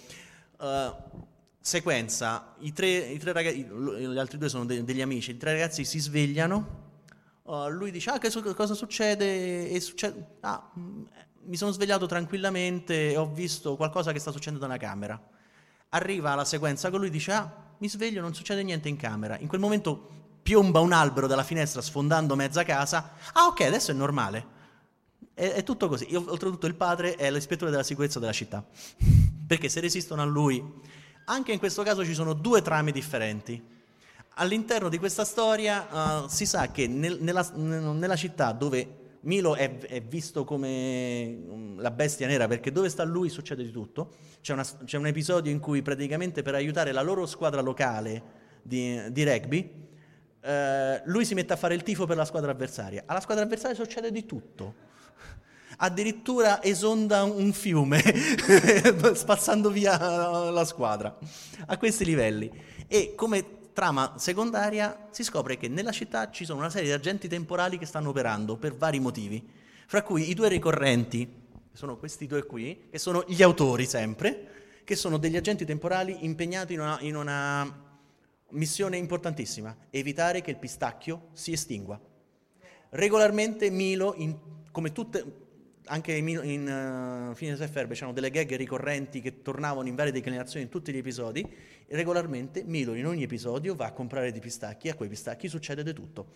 C: sequenza, i tre ragazzi, gli altri due sono degli amici, i 3 ragazzi si svegliano, lui dice, cosa succede? E succede, mi sono svegliato tranquillamente e ho visto qualcosa che sta succedendo nella camera. Arriva la sequenza con lui, dice, mi sveglio, non succede niente in camera. In quel momento piomba un albero dalla finestra sfondando mezza casa. Ok, adesso è normale. È tutto così. Oltretutto il padre è l'ispettore della sicurezza della città. Perché se resistono a lui... Anche in questo caso ci sono 2 trame differenti. All'interno di questa storia si sa che nella città dove Milo è visto come la bestia nera, perché dove sta lui succede di tutto, c'è un episodio in cui praticamente per aiutare la loro squadra locale di rugby lui si mette a fare il tifo per la squadra avversaria. Alla squadra avversaria succede di tutto. addirittura esonda un fiume spazzando via la squadra a questi livelli. E come trama secondaria si scopre che nella città ci sono una serie di agenti temporali che stanno operando per vari motivi, fra cui i due ricorrenti sono questi due qui, che sono gli autori sempre, che sono degli agenti temporali impegnati in una missione importantissima: evitare che il pistacchio si estingua. Regolarmente Milo, come tutte, anche in Phineas e Ferb c'erano delle gag ricorrenti che tornavano in varie declinazioni in tutti gli episodi. Regolarmente Milo in ogni episodio va a comprare dei pistacchi e a quei pistacchi succede di tutto.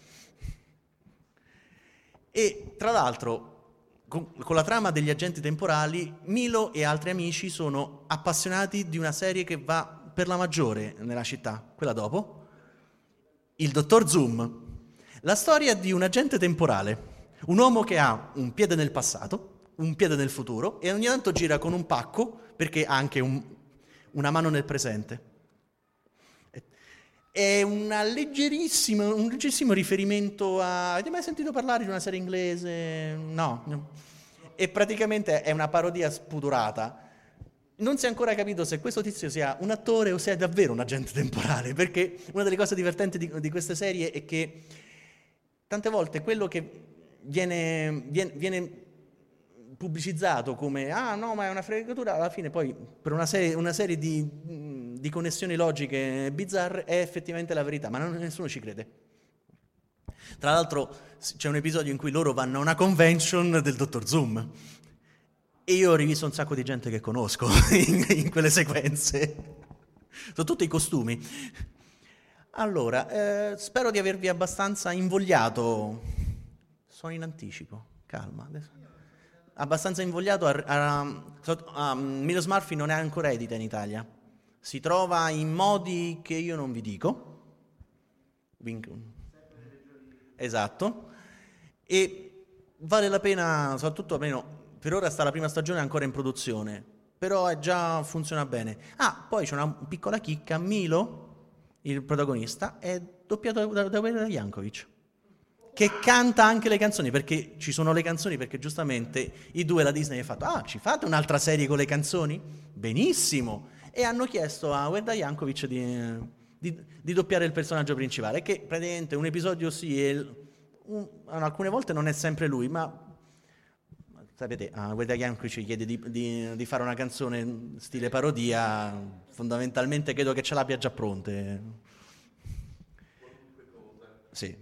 C: E tra l'altro con la trama degli agenti temporali, Milo e altri amici sono appassionati di una serie che va per la maggiore nella città, quella dopo, il Dottor Zoom. La storia di un agente temporale, un uomo che ha un piede nel passato, un piede nel futuro e ogni tanto gira con un pacco perché ha anche una mano nel presente. È un leggerissimo riferimento a... Avete mai sentito parlare di una serie inglese? No. E praticamente è una parodia spudorata. Non si è ancora capito se questo tizio sia un attore o sia davvero un agente temporale, perché una delle cose divertenti di queste serie è che tante volte quello che viene pubblicizzato come no, ma è una fregatura, alla fine poi per una serie di connessioni logiche bizzarre è effettivamente la verità, ma nessuno ci crede. Tra l'altro c'è un episodio in cui loro vanno a una convention del Dottor Zoom e io ho rivisto un sacco di gente che conosco in quelle sequenze. Sono tutti i costumi. Allora, spero di avervi abbastanza invogliato. Sono in anticipo, calma adesso. Abbastanza invogliato Milos Murphy non è ancora edita in Italia. Si trova in modi che io non vi dico. Esatto. E vale la pena, soprattutto almeno per ora sta la prima stagione ancora in produzione, però già funziona bene. Poi c'è una piccola chicca: Milo, il protagonista, è doppiato da Weird Yankovic, che canta anche le canzoni, perché ci sono le canzoni, perché giustamente i due, la Disney, ha fatto ci fate un'altra serie con le canzoni? Benissimo! E hanno chiesto a Weird Yankovic di doppiare il personaggio principale, che praticamente un episodio sì e alcune volte non è sempre lui, ma sapete, a Weird Yankovic chiede di fare una canzone stile parodia, fondamentalmente credo che ce l'abbia già pronte. Sì.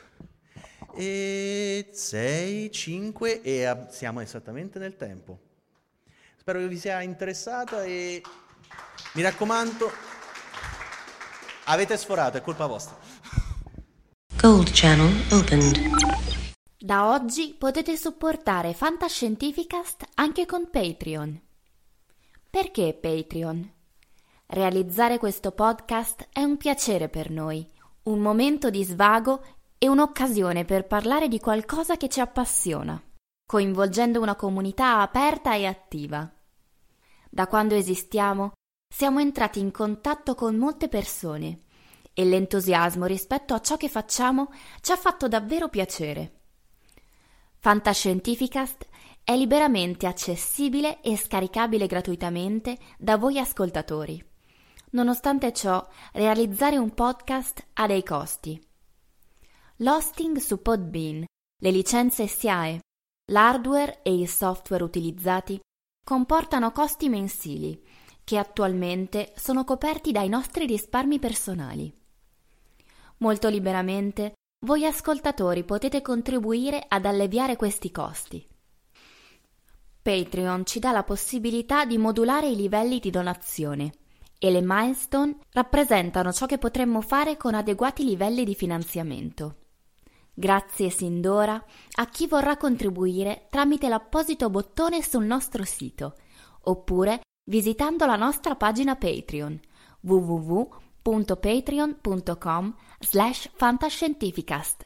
C: E 6, 5 e siamo esattamente nel tempo. Spero che vi sia interessata e mi raccomando, avete sforato, è colpa vostra.
D: Gold Channel opened.
E: Da oggi potete supportare Fantascientificast anche con Patreon. Perché Patreon? Realizzare questo podcast è un piacere per noi, un momento di svago e un'occasione per parlare di qualcosa che ci appassiona, coinvolgendo una comunità aperta e attiva. Da quando esistiamo, siamo entrati in contatto con molte persone e l'entusiasmo rispetto a ciò che facciamo ci ha fatto davvero piacere. Fantascientificast è liberamente accessibile e scaricabile gratuitamente da voi ascoltatori. Nonostante ciò, realizzare un podcast ha dei costi. L'hosting su Podbean, le licenze SIAE, l'hardware e il software utilizzati comportano costi mensili che attualmente sono coperti dai nostri risparmi personali. Molto liberamente voi ascoltatori potete contribuire ad alleviare questi costi. Patreon ci dà la possibilità di modulare i livelli di donazione e le milestone rappresentano ciò che potremmo fare con adeguati livelli di finanziamento. Grazie sin d'ora a chi vorrà contribuire tramite l'apposito bottone sul nostro sito oppure visitando la nostra pagina Patreon www.patreon.com/fantascientificast.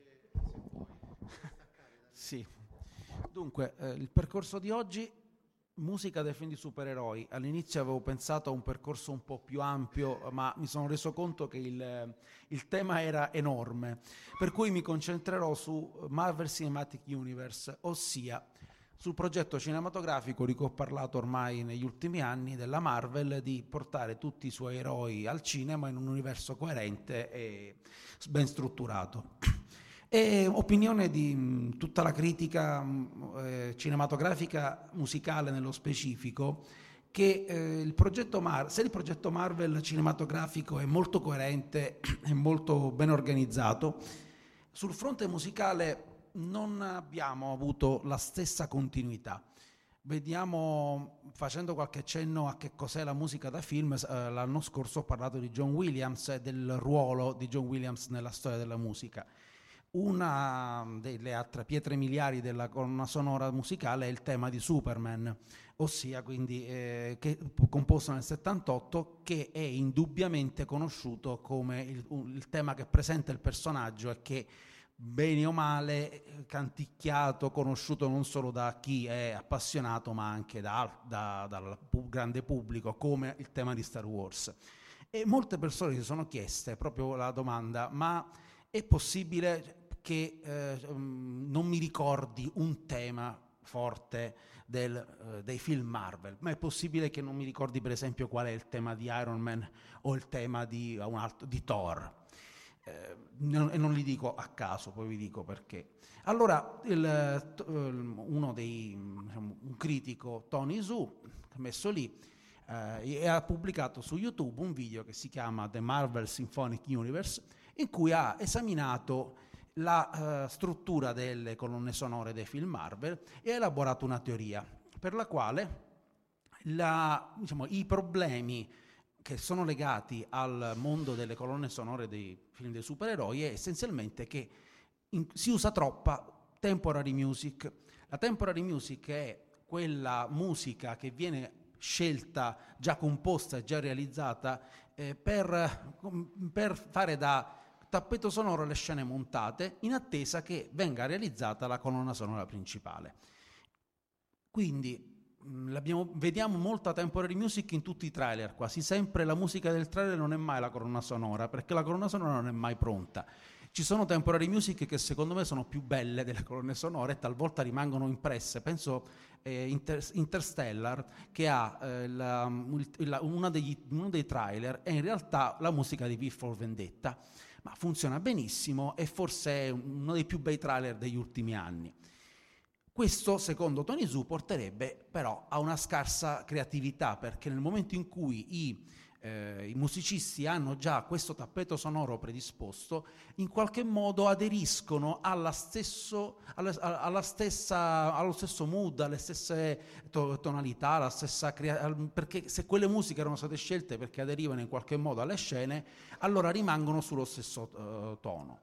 F: Sì. Dunque, il percorso di oggi musica dei film di supereroi. All'inizio avevo pensato a un percorso un po' più ampio, ma mi sono reso conto che il tema era enorme, per cui mi concentrerò su Marvel Cinematic Universe, ossia sul progetto cinematografico di cui ho parlato ormai negli ultimi anni della Marvel, di portare tutti i suoi eroi al cinema in un universo coerente e ben strutturato. E opinione di tutta la critica cinematografica musicale nello specifico, che se il progetto Marvel cinematografico è molto coerente e molto ben organizzato, sul fronte musicale non abbiamo avuto la stessa continuità. Vediamo, facendo qualche cenno a che cos'è la musica da film, l'anno scorso ho parlato di John Williams e del ruolo di John Williams nella storia della musica. Una delle altre pietre miliari della colonna sonora musicale è il tema di Superman, ossia quindi che composto nel 78, che è indubbiamente conosciuto come il tema che presenta il personaggio e che bene o male canticchiato, conosciuto non solo da chi è appassionato ma anche dal grande pubblico, come il tema di Star Wars. E molte persone si sono chieste proprio la domanda: ma è possibile che non mi ricordi un tema forte dei film Marvel? Ma è possibile che non mi ricordi per esempio qual è il tema di Iron Man o il tema di Thor? E non li dico a caso, poi vi dico perché. Allora un critico, Tony Zhu, messo lì, ha pubblicato su YouTube un video che si chiama The Marvel Symphonic Universe, in cui ha esaminato la struttura delle colonne sonore dei film Marvel e ha elaborato una teoria per la quale i problemi che sono legati al mondo delle colonne sonore dei film dei supereroi è essenzialmente che si usa troppa temporary music. La temporary music è quella musica che viene scelta, già composta e già realizzata per fare da tappeto sonoro alle scene montate, in attesa che venga realizzata la colonna sonora principale. Quindi vediamo molta temporary music in tutti i trailer, quasi sempre la musica del trailer non è mai la colonna sonora, perché la colonna sonora non è mai pronta. Ci sono temporary music che secondo me sono più belle delle colonne sonore e talvolta rimangono impresse. Penso Interstellar, che ha uno dei trailer è in realtà la musica di V for Vendetta, ma funziona benissimo e forse è uno dei più bei trailer degli ultimi anni. Questo, secondo Tony Zhu, porterebbe però a una scarsa creatività, perché nel momento in cui i musicisti hanno già questo tappeto sonoro predisposto, in qualche modo aderiscono allo stesso mood, alle stesse tonalità, perché se quelle musiche erano state scelte perché aderivano in qualche modo alle scene, allora rimangono sullo stesso tono.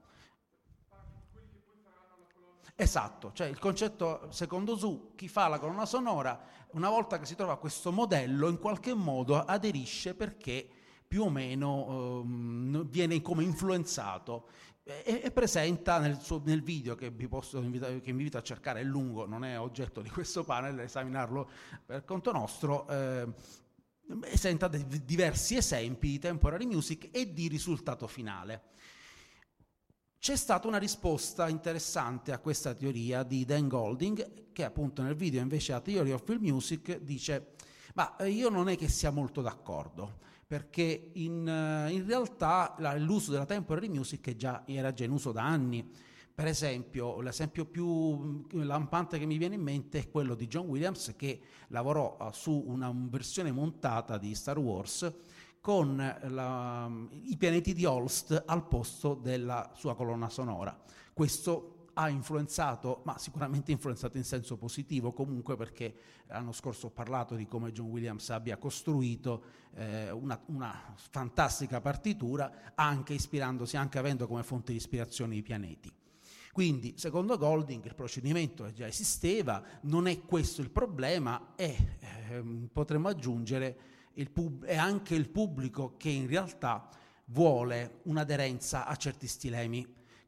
F: Esatto, cioè il concetto, secondo Zhu, chi fa la colonna sonora, una volta che si trova questo modello, in qualche modo aderisce perché più o meno viene come influenzato e presenta nel video che vi invito a cercare, è lungo, non è oggetto di questo panel, esaminarlo per conto nostro, presenta diversi esempi di temporary music e di risultato finale. C'è stata una risposta interessante a questa teoria di Dan Golding, che appunto nel video invece a Theory of Film Music dice: ma io non è che sia molto d'accordo, perché in realtà l'uso della temporary music era già in uso da anni. Per esempio, l'esempio più lampante che mi viene in mente è quello di John Williams, che lavorò su una versione montata di Star Wars con i pianeti di Holst al posto della sua colonna sonora. Questo ha influenzato, ma sicuramente influenzato in senso positivo, comunque, perché l'anno scorso ho parlato di come John Williams abbia costruito una fantastica partitura, anche avendo come fonte di ispirazione i pianeti. Quindi, secondo Golding, il procedimento già esisteva, non è questo il problema, e potremmo aggiungere è anche il pubblico che in realtà vuole un'aderenza a certi stilemi.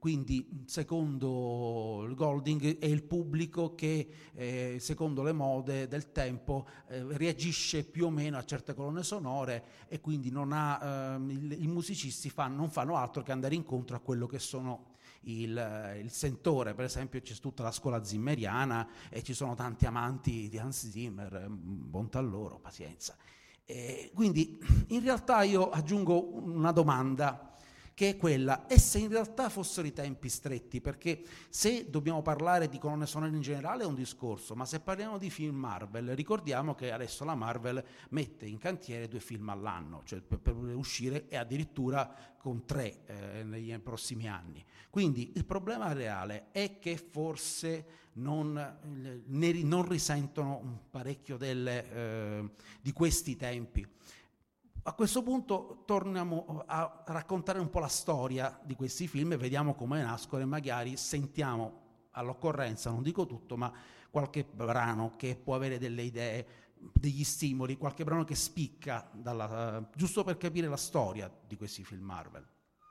F: quindi secondo il Golding è il pubblico che secondo le mode del tempo reagisce più o meno a certe colonne sonore e quindi i musicisti non fanno altro che andare incontro a quello che sono il sentore. Per esempio c'è tutta la scuola zimmeriana e ci sono tanti amanti di Hans Zimmer, bontà loro, pazienza. Quindi in realtà io aggiungo una domanda, che è quella: e se in realtà fossero i tempi stretti? Perché se dobbiamo parlare di colonne sonore in generale è un discorso, ma se parliamo di film Marvel, ricordiamo che adesso la Marvel mette in cantiere 2 film all'anno, cioè per uscire, e addirittura con 3 nei prossimi anni. Quindi il problema reale è che forse non risentono parecchio di questi tempi. A questo punto torniamo a raccontare un po' la storia di questi film e vediamo come nascono e magari sentiamo all'occorrenza, non dico tutto, ma qualche brano che può avere delle idee, degli stimoli, qualche brano che spicca giusto per capire la storia di questi film Marvel.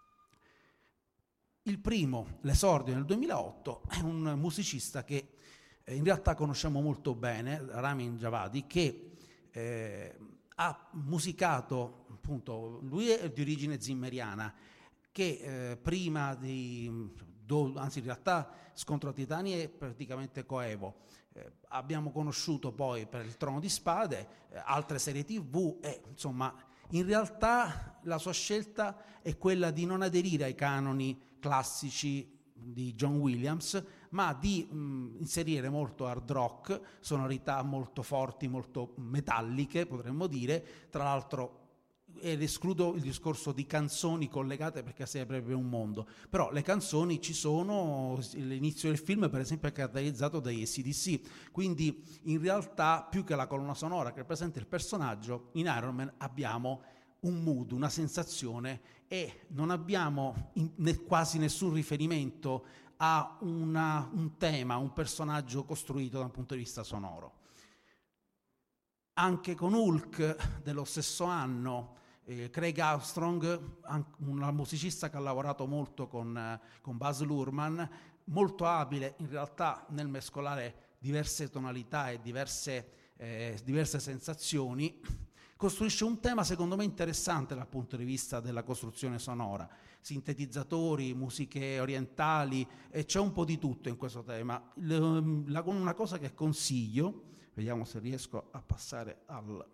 F: Il primo, l'esordio nel 2008, è un musicista che in realtà conosciamo molto bene, Ramin Djawadi, che ha musicato, appunto, lui è di origine zimmeriana, che prima anzi in realtà Scontro Titani è praticamente coevo. Abbiamo conosciuto poi per Il Trono di Spade, altre serie TV e insomma in realtà la sua scelta è quella di non aderire ai canoni classici di John Williams, ma di inserire molto hard rock, sonorità molto forti, molto metalliche, potremmo dire. Tra l'altro, ed escludo il discorso di canzoni collegate perché sarebbe un mondo, però le canzoni ci sono. L'inizio del film per esempio è caratterizzato dagli AC/DC, quindi in realtà più che la colonna sonora che rappresenta il personaggio, in Iron Man abbiamo un mood, una sensazione, e non abbiamo quasi nessun riferimento a un tema, un personaggio costruito da un punto di vista sonoro. Anche con Hulk dello stesso anno, Craig Armstrong, un musicista che ha lavorato molto con Baz Luhrmann, molto abile in realtà nel mescolare diverse tonalità e diverse sensazioni, costruisce un tema secondo me interessante dal punto di vista della costruzione sonora, sintetizzatori, musiche orientali, e c'è un po' di tutto in questo tema. Una cosa che consiglio, vediamo se riesco a passare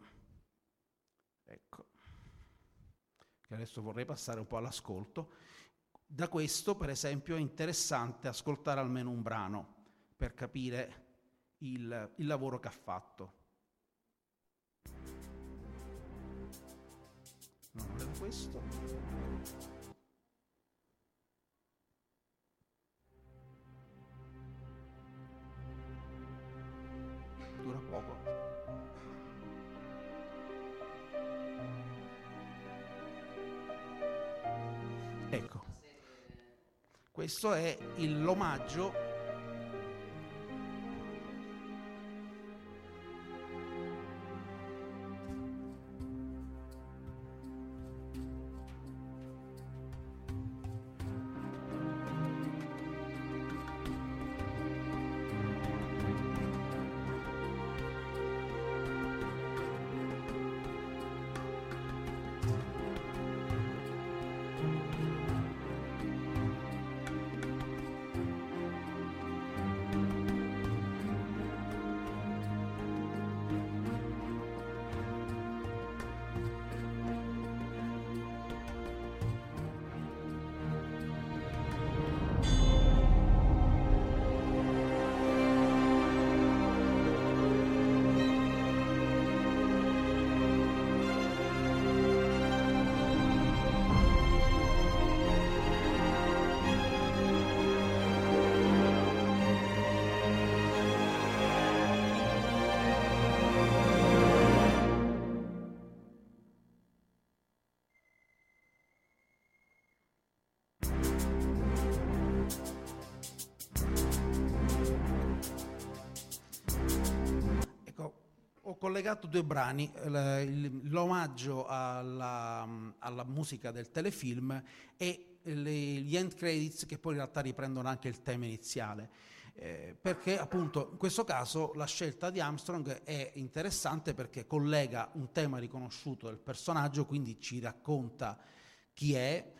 F: ecco, che adesso vorrei passare un po' all'ascolto. Da questo per esempio è interessante ascoltare almeno un brano per capire il lavoro che ha fatto. Non è questo. Dura poco. Ecco. Questo è l'omaggio collegato 2 brani, l'omaggio alla musica del telefilm e gli end credits, che poi in realtà riprendono anche il tema iniziale. Perché appunto in questo caso la scelta di Armstrong è interessante perché collega un tema riconosciuto del personaggio, quindi ci racconta chi è.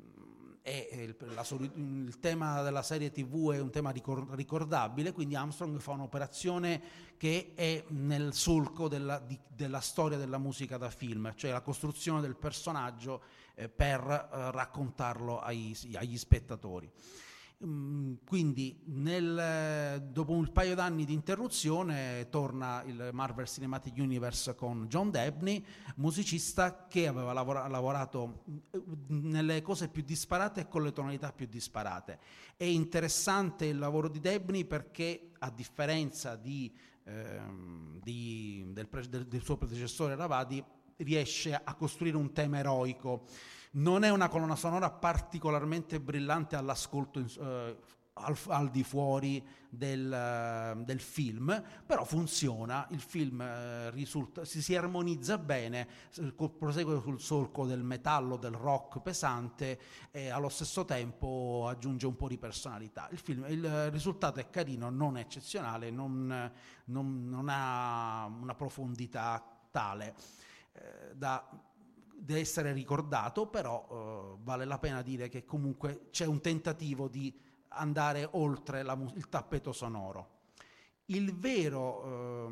F: Il tema della serie TV è un tema ricordabile, quindi Armstrong fa un'operazione che è nel solco della storia della musica da film, cioè la costruzione del personaggio per raccontarlo agli spettatori. Quindi dopo un paio d'anni di interruzione torna il Marvel Cinematic Universe con John Dabney, musicista che aveva lavorato nelle cose più disparate e con le tonalità più disparate. È interessante il lavoro di Dabney perché, a differenza del suo predecessore Ravadi, riesce a costruire un tema eroico. Non è una colonna sonora particolarmente brillante all'ascolto al di fuori del film, però funziona, il film si armonizza bene, prosegue sul solco del metallo, del rock pesante e allo stesso tempo aggiunge un po' di personalità. Il risultato è carino, non è eccezionale, non ha una profondità tale da essere ricordato, però vale la pena dire che comunque c'è un tentativo di andare oltre il tappeto sonoro. Il vero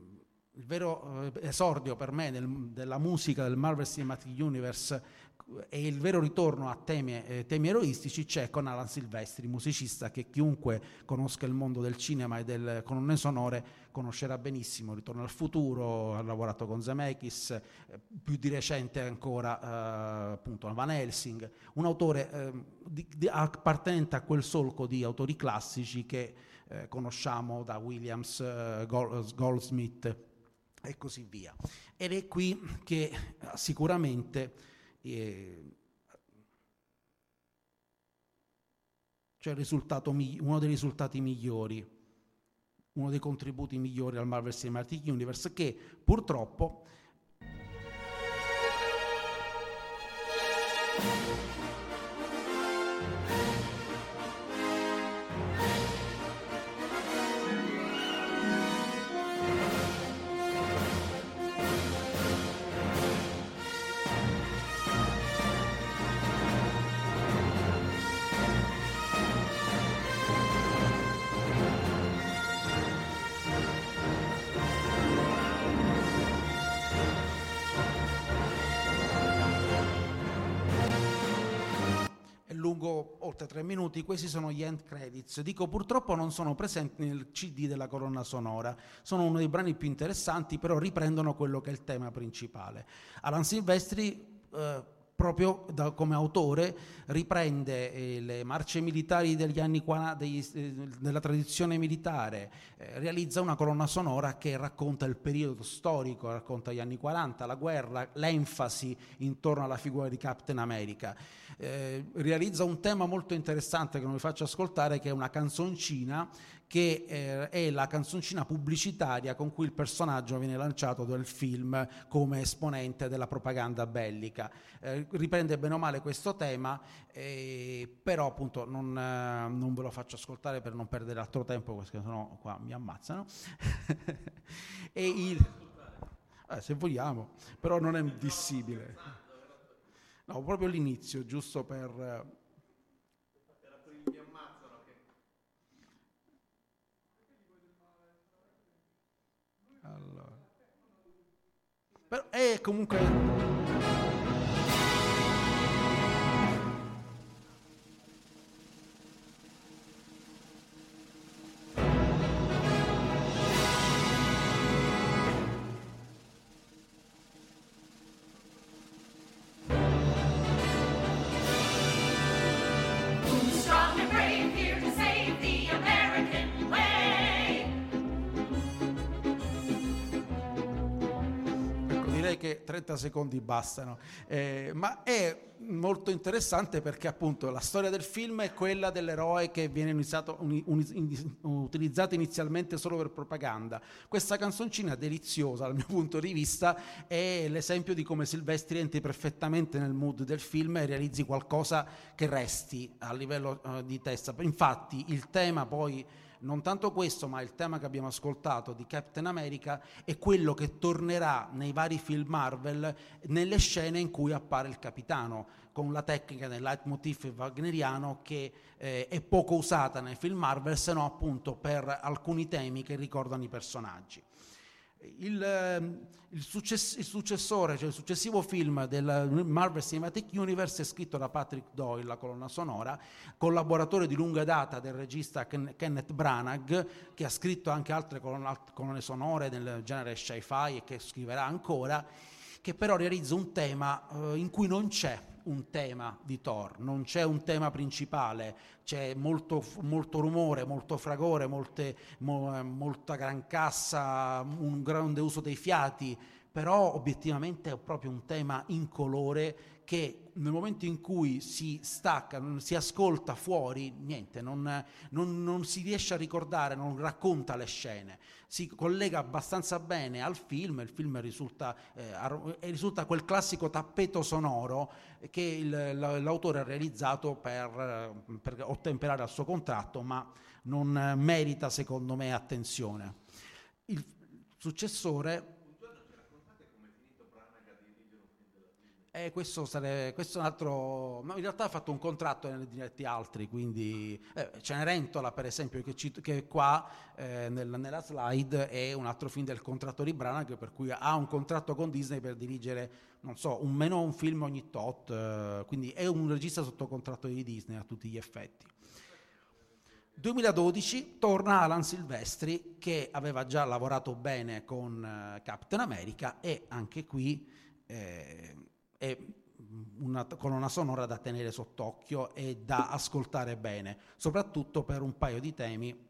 F: esordio per me della musica del Marvel Cinematic Universe e il vero ritorno a temi eroistici c'è con Alan Silvestri, musicista che chiunque conosca il mondo del cinema e delle colonne sonore conoscerà benissimo. Ritorno al futuro, ha lavorato con Zemeckis, più di recente ancora appunto Van Helsing, un autore appartenente a quel solco di autori classici che conosciamo da Williams, Goldsmith e così via. Ed è qui che sicuramente c'è uno dei risultati migliori, uno dei contributi migliori al Marvel Cinematic Universe, che purtroppo oltre 3 minuti. Questi sono gli end credits. Dico purtroppo non sono presenti nel CD della colonna sonora, sono uno dei brani più interessanti, però riprendono quello che è il tema principale. Alan Silvestri proprio come autore riprende le marce militari degli anni 40, della tradizione militare, realizza una colonna sonora che racconta il periodo storico, racconta gli anni 40, la guerra, l'enfasi intorno alla figura di Captain America. Realizza un tema molto interessante che non vi faccio ascoltare, che è una canzoncina che è la canzoncina pubblicitaria con cui il personaggio viene lanciato nel film come esponente della propaganda bellica. Riprende bene o male questo tema, però appunto non ve lo faccio ascoltare per non perdere altro tempo, perché sennò qua mi ammazzano. Se vogliamo, però non è dissibile. No, proprio l'inizio, giusto per... Allora. Però è comunque... direi che 30 secondi bastano, ma è molto interessante perché appunto la storia del film è quella dell'eroe che viene utilizzato inizialmente solo per propaganda. Questa canzoncina deliziosa dal mio punto di vista è l'esempio di come Silvestri entri perfettamente nel mood del film e realizzi qualcosa che resti a livello di testa. Infatti il tema poi, non tanto questo, ma il tema che abbiamo ascoltato di Captain America è quello che tornerà nei vari film Marvel nelle scene in cui appare il capitano, con la tecnica del leitmotiv wagneriano che è poco usata nei film Marvel, se no appunto per alcuni temi che ricordano i personaggi. Il successore, cioè il successivo film del Marvel Cinematic Universe è scritto da Patrick Doyle, la colonna sonora, collaboratore di lunga data del regista Kenneth Branagh, che ha scritto anche altre colonne sonore del genere sci-fi e che scriverà ancora, che però realizza un tema in cui non c'è un tema di Thor, non c'è un tema principale, c'è molto rumore, molto fragore, molta gran cassa, un grande uso dei fiati, però obiettivamente è proprio un tema incolore che nel momento in cui si stacca, si ascolta fuori, niente, non si riesce a ricordare, non racconta le scene, si collega abbastanza bene al film, il film risulta quel classico tappeto sonoro che l'autore ha realizzato per ottemperare al suo contratto, ma non merita secondo me attenzione. Il successore... questo è un altro, no, in realtà ha fatto un contratto e ne ha diretti altri, quindi Cenerentola per esempio che qua nella slide è un altro film del contratto di Branagh, per cui ha un contratto con Disney per dirigere, non so, un film ogni tot, quindi è un regista sotto contratto di Disney a tutti gli effetti. 2012 torna Alan Silvestri, che aveva già lavorato bene con Captain America, e anche qui è una colonna sonora da tenere sott'occhio e da ascoltare bene, soprattutto per un paio di temi.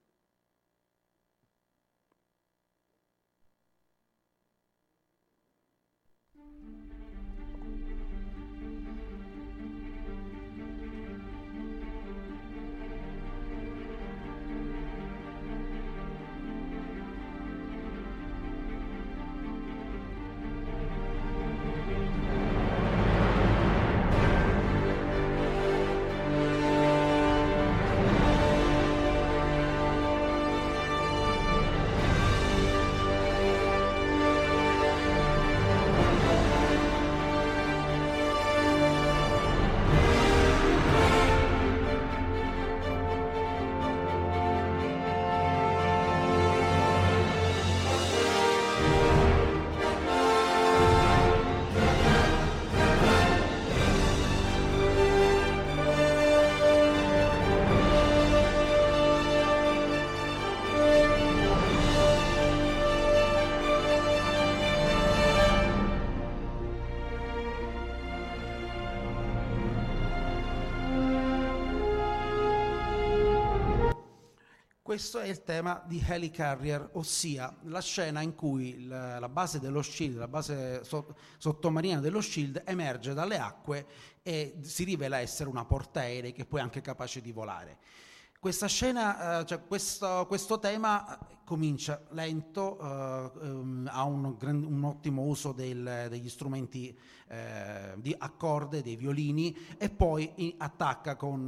F: Questo è il tema di Helicarrier, ossia la scena in cui la base dello SHIELD, la base sottomarina dello SHIELD emerge dalle acque e si rivela essere una portaerei che poi è anche capace di volare. Questa scena, questo tema comincia lento, ha un ottimo uso degli strumenti di accorde, dei violini, e poi attacca con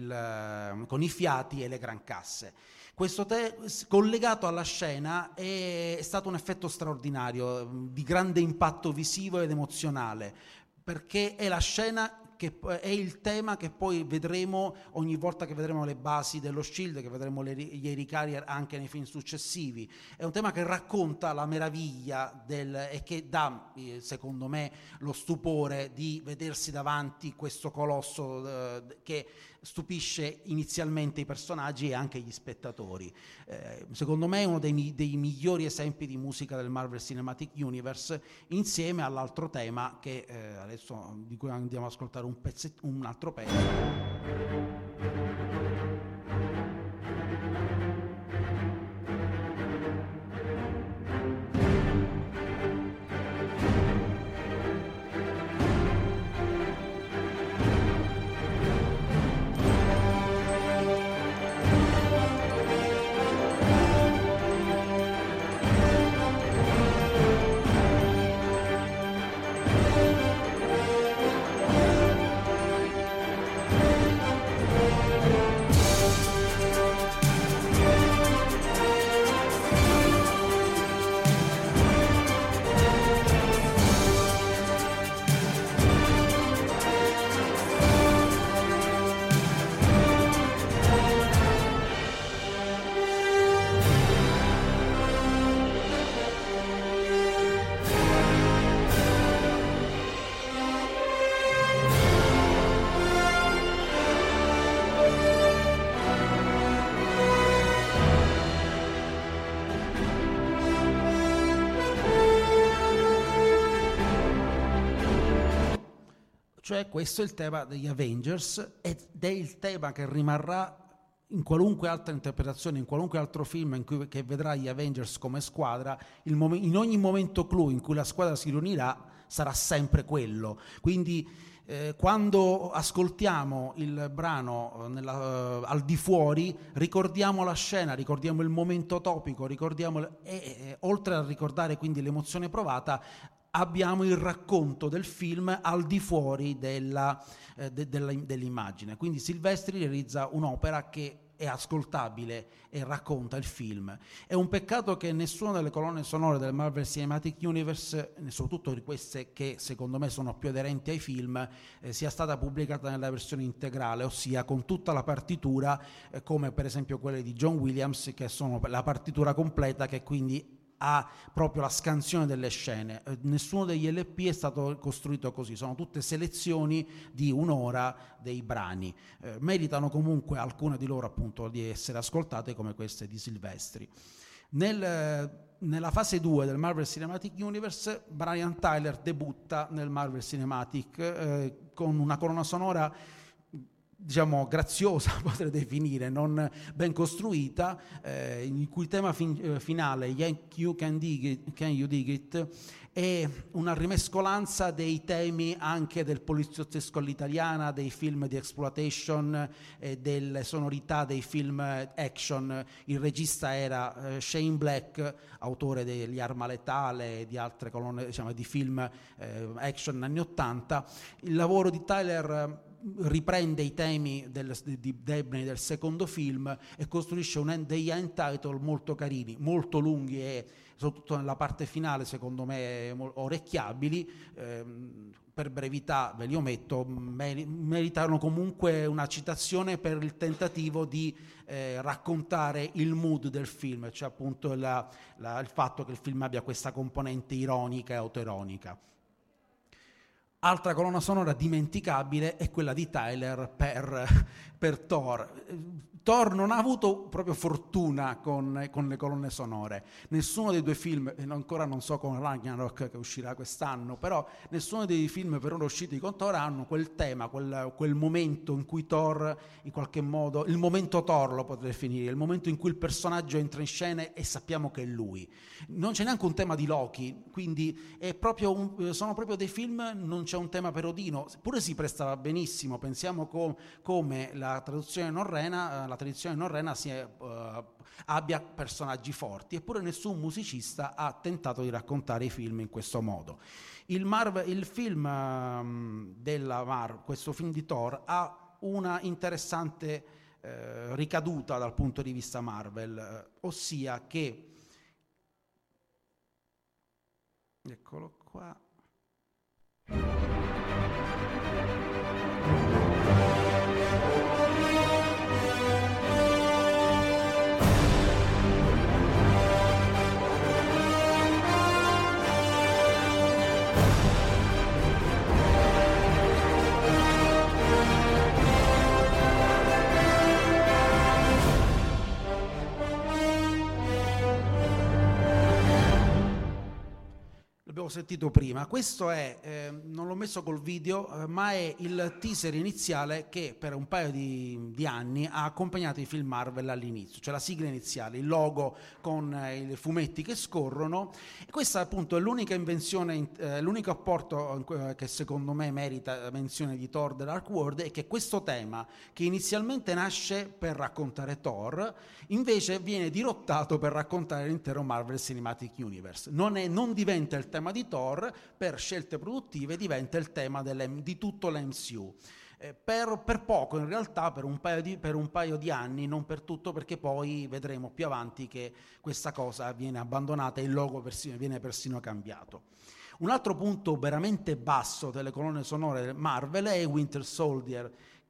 F: i fiati e le grancasse. Questo collegato alla scena è stato un effetto straordinario, di grande impatto visivo ed emozionale, perché è la scena che è il tema che poi vedremo ogni volta che vedremo le basi dello SHIELD, che vedremo gli Helicarrier anche nei film successivi. È un tema che racconta la meraviglia e che dà, secondo me, lo stupore di vedersi davanti questo colosso che stupisce inizialmente i personaggi e anche gli spettatori. Secondo me è uno dei migliori esempi di musica del Marvel Cinematic Universe, insieme all'altro tema che adesso di cui andiamo ad ascoltare un altro pezzo. Cioè questo è il tema degli Avengers ed è il tema che rimarrà in qualunque altra interpretazione, in qualunque altro film che vedrà gli Avengers come squadra, in ogni momento clou in cui la squadra si riunirà sarà sempre quello. Quindi quando ascoltiamo il brano al di fuori, ricordiamo la scena, ricordiamo il momento topico, oltre a ricordare quindi l'emozione provata, abbiamo il racconto del film al di fuori dell'immagine. Quindi Silvestri realizza un'opera che è ascoltabile e racconta il film. È un peccato che nessuna delle colonne sonore del Marvel Cinematic Universe, soprattutto di queste che secondo me sono più aderenti ai film, sia stata pubblicata nella versione integrale, ossia con tutta la partitura, come per esempio quelle di John Williams, che sono la partitura completa, che quindi ha proprio la scansione delle scene. Nessuno degli LP è stato costruito così, sono tutte selezioni di un'ora dei brani. Meritano comunque alcune di loro appunto di essere ascoltate, come queste di Silvestri. Nella fase 2 del Marvel Cinematic Universe, Brian Tyler debutta nel Marvel Cinematic con una colonna sonora, diciamo, graziosa, potrei definire, non ben costruita, il cui tema finale, Can You Dig It, è una rimescolanza dei temi anche del poliziottesco all'italiana, dei film di exploitation, delle sonorità dei film action. Il regista era Shane Black, autore degli Arma Letale e di altre colonne, diciamo, di film action anni 80. Il lavoro di Tyler riprende i temi di Debney del secondo film e costruisce degli end title molto carini, molto lunghi e soprattutto nella parte finale secondo me orecchiabili. Per brevità ve li ometto, meritano comunque una citazione per il tentativo di raccontare il mood del film, cioè appunto il fatto che il film abbia questa componente ironica e autoironica. Altra colonna sonora dimenticabile è quella di Tyler per Thor. Thor non ha avuto proprio fortuna con le colonne sonore. Nessuno dei due film, ancora non so con Ragnarok che uscirà quest'anno, però nessuno dei film per ora usciti con Thor hanno quel tema, quel momento in cui Thor, in qualche modo, il momento Thor lo potrei definire, il momento in cui il personaggio entra in scena e sappiamo che è lui. Non c'è neanche un tema di Loki, quindi sono proprio dei film, non c'è un tema per Odino, pure si prestava benissimo. Pensiamo come la tradizione norrena abbia personaggi forti, eppure nessun musicista ha tentato di raccontare i film in questo modo. Questo film di Thor ha una interessante ricaduta dal punto di vista Marvel, ossia che, eccolo qua, l'abbiamo sentito prima. Questo è, non l'ho messo col video, ma è il teaser iniziale che per un paio di anni ha accompagnato i film Marvel all'inizio, cioè la sigla iniziale, il logo con i fumetti che scorrono. E questa appunto è l'unica invenzione, l'unico apporto che secondo me merita menzione di Thor The Dark World, è che questo tema, che inizialmente nasce per raccontare Thor, invece viene dirottato per raccontare l'intero Marvel Cinematic Universe. Non diventa il tema di Thor, per scelte produttive diventa il tema di tutto l'MCU. Per poco in realtà, per un paio di anni, non per tutto, perché poi vedremo più avanti che questa cosa viene abbandonata e il logo viene persino cambiato. Un altro punto veramente basso delle colonne sonore del Marvel è Winter Soldier,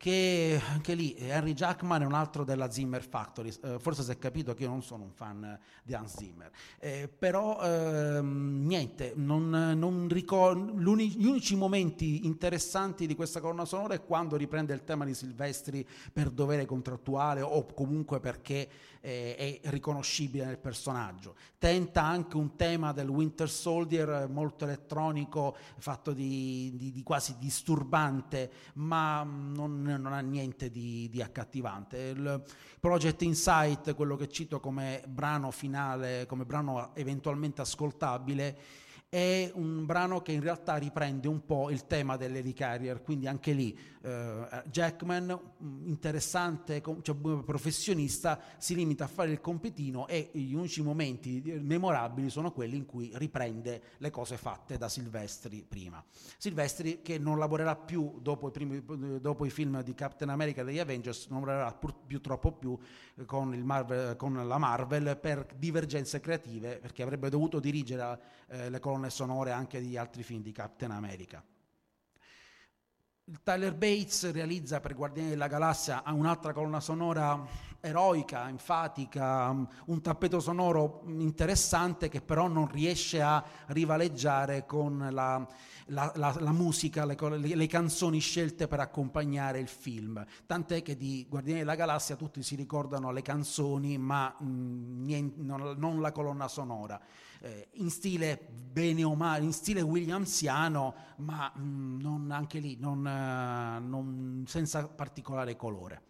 F: che anche lì Henry Jackman è un altro della Zimmer Factory. Forse si è capito che io non sono un fan di Hans Zimmer, però niente, non ricordo, gli unici momenti interessanti di questa colonna sonora è quando riprende il tema di Silvestri per dovere contrattuale o comunque perché è riconoscibile nel personaggio. Tenta anche un tema del Winter Soldier molto elettronico, fatto di quasi disturbante, ma non ha niente di accattivante. Il Project Insight, quello che cito come brano finale, come brano eventualmente ascoltabile, è un brano che in realtà riprende un po' il tema dell'Helicarrier, quindi anche lì Jackman, interessante, cioè professionista, si limita a fare il compitino e gli unici momenti memorabili sono quelli in cui riprende le cose fatte da Silvestri prima. Silvestri che non lavorerà più dopo i film di Captain America e degli Avengers, non lavorerà troppo più con la Marvel per divergenze creative, perché avrebbe dovuto dirigere le colonne sonore anche di altri film di Captain America. Tyler Bates realizza per Guardiani della Galassia un'altra colonna sonora eroica, enfatica, un tappeto sonoro interessante che però non riesce a rivaleggiare con la musica, le canzoni scelte per accompagnare il film, tant'è che di Guardiani della Galassia tutti si ricordano le canzoni ma non la colonna sonora, in stile bene o male, in stile williamsiano, ma non, anche lì non senza particolare colore.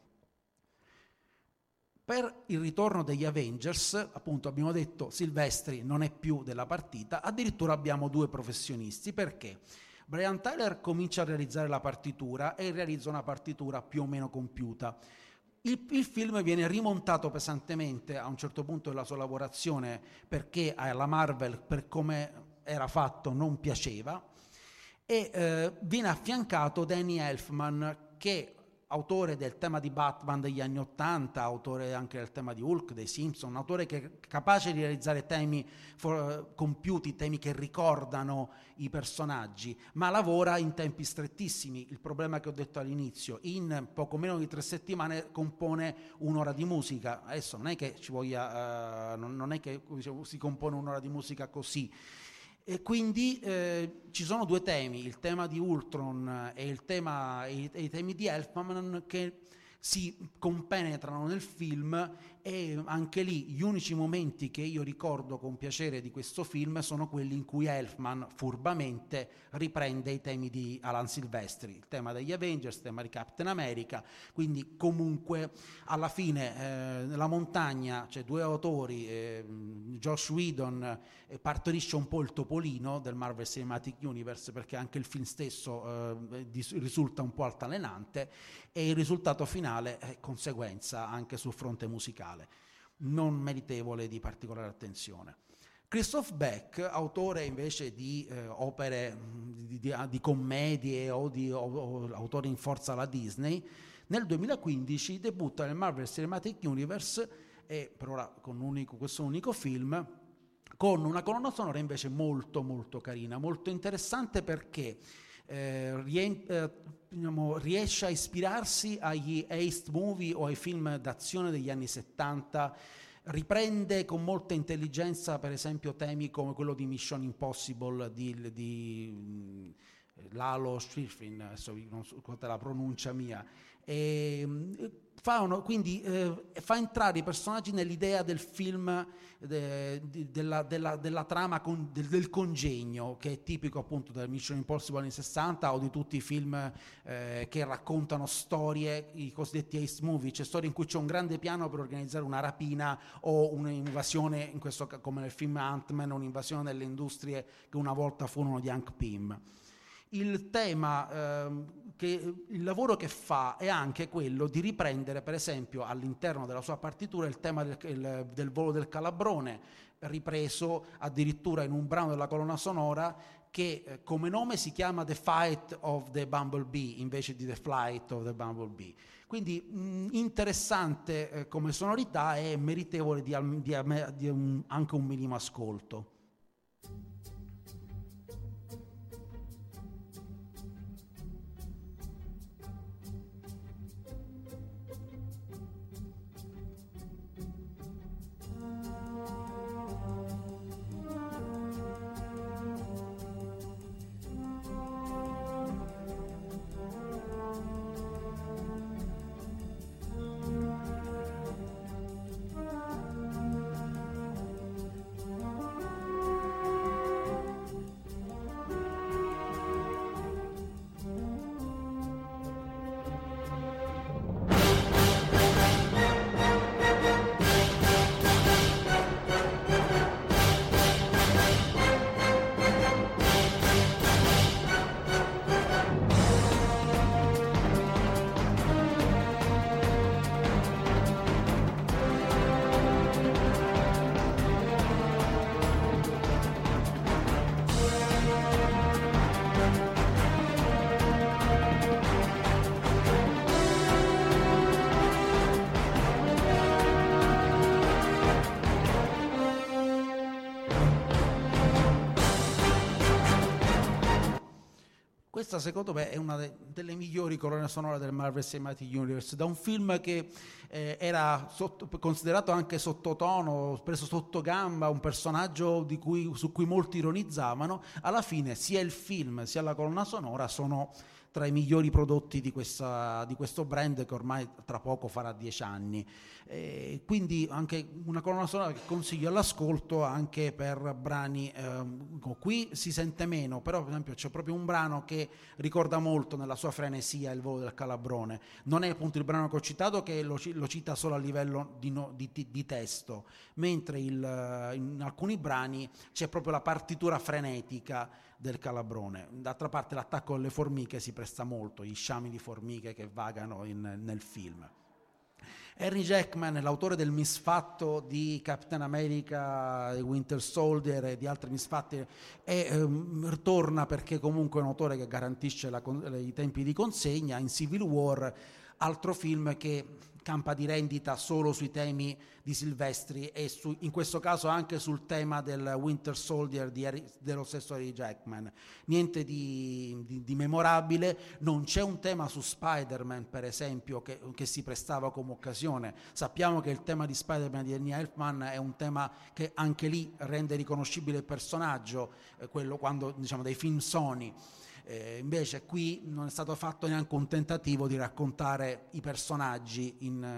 F: Per il ritorno degli Avengers, appunto, abbiamo detto Silvestri non è più della partita, addirittura abbiamo due professionisti. Perché? Brian Tyler comincia a realizzare la partitura e realizza una partitura più o meno compiuta. Il film viene rimontato pesantemente a un certo punto della sua lavorazione perché alla Marvel, per come era fatto, non piaceva, e viene affiancato Danny Elfman, che autore del tema di Batman degli anni '80, autore anche del tema di Hulk, dei Simpson, autore che è capace di realizzare temi compiuti, temi che ricordano i personaggi, ma lavora in tempi strettissimi. Il problema che ho detto all'inizio: in poco meno di 3 settimane compone un'ora di musica. Adesso non è che ci voglia, non è che si compone un'ora di musica così. E quindi ci sono due temi, il tema di Ultron e i temi di Elfman, che si compenetrano nel film, e anche lì gli unici momenti che io ricordo con piacere di questo film sono quelli in cui Elfman furbamente riprende i temi di Alan Silvestri, il tema degli Avengers, il tema di Captain America. Quindi comunque alla fine La montagna, cioè due autori, Joss Whedon partorisce un po' il topolino del Marvel Cinematic Universe, perché anche il film stesso risulta un po' altalenante, e il risultato finale è conseguenza anche sul fronte musicale, non meritevole di particolare attenzione. Christoph Beck, autore invece di opere di commedie o autore in forza alla Disney, nel 2015 debutta nel Marvel Cinematic Universe, e per ora con questo unico film, con una colonna sonora invece molto molto carina, molto interessante, perché riesce a ispirarsi agli heist movie o ai film d'azione degli anni 70, riprende con molta intelligenza per esempio temi come quello di Mission Impossible di Lalo Schifrin, adesso non so qual è la pronuncia mia, quindi fa entrare i personaggi nell'idea del film, della trama del congegno, che è tipico appunto del Mission Impossible anni 60 o di tutti i film che raccontano storie, i cosiddetti heist movie, cioè storie in cui c'è un grande piano per organizzare una rapina o un'invasione, in questo come nel film Ant-Man, un'invasione delle industrie che una volta furono di Hank Pym. Il tema, il lavoro che fa è anche quello di riprendere, per esempio, all'interno della sua partitura il tema del volo del calabrone, ripreso addirittura in un brano della colonna sonora che come nome si chiama The Fight of the Bumblebee invece di The Flight of the Bumblebee. Quindi interessante come sonorità e meritevole di anche un minimo ascolto. questa secondo me è una delle migliori colonne sonore del Marvel Cinematic Universe, da un film che era considerato anche sottotono, preso sotto gamba, un personaggio su cui molti ironizzavano. Alla fine sia il film sia la colonna sonora sono tra i migliori prodotti di questo brand, che ormai tra poco farà 10 anni. Quindi anche una colonna sonora che consiglio all'ascolto anche per brani, qui si sente meno, però per esempio c'è proprio un brano che ricorda molto nella sua frenesia Il volo del calabrone. Non è appunto il brano che ho citato, che lo cita solo a livello di testo, mentre in alcuni brani c'è proprio la partitura frenetica del calabrone. D'altra parte l'attacco alle formiche si presta molto, gli sciami di formiche che vagano nel film. Henry Jackman, l'autore del misfatto di Captain America, Winter Soldier e di altri misfatti, torna perché comunque è un autore che garantisce i tempi di consegna in Civil War, altro film che campa di rendita solo sui temi di Silvestri e in questo caso anche sul tema del Winter Soldier dello stesso Harry Jackman. Niente di memorabile, non c'è un tema su Spider-Man per esempio che si prestava come occasione. Sappiamo che il tema di Spider-Man di Danny Elfman è un tema che anche lì rende riconoscibile il personaggio, quello quando diciamo dei film Sony. Invece qui non è stato fatto neanche un tentativo di raccontare i personaggi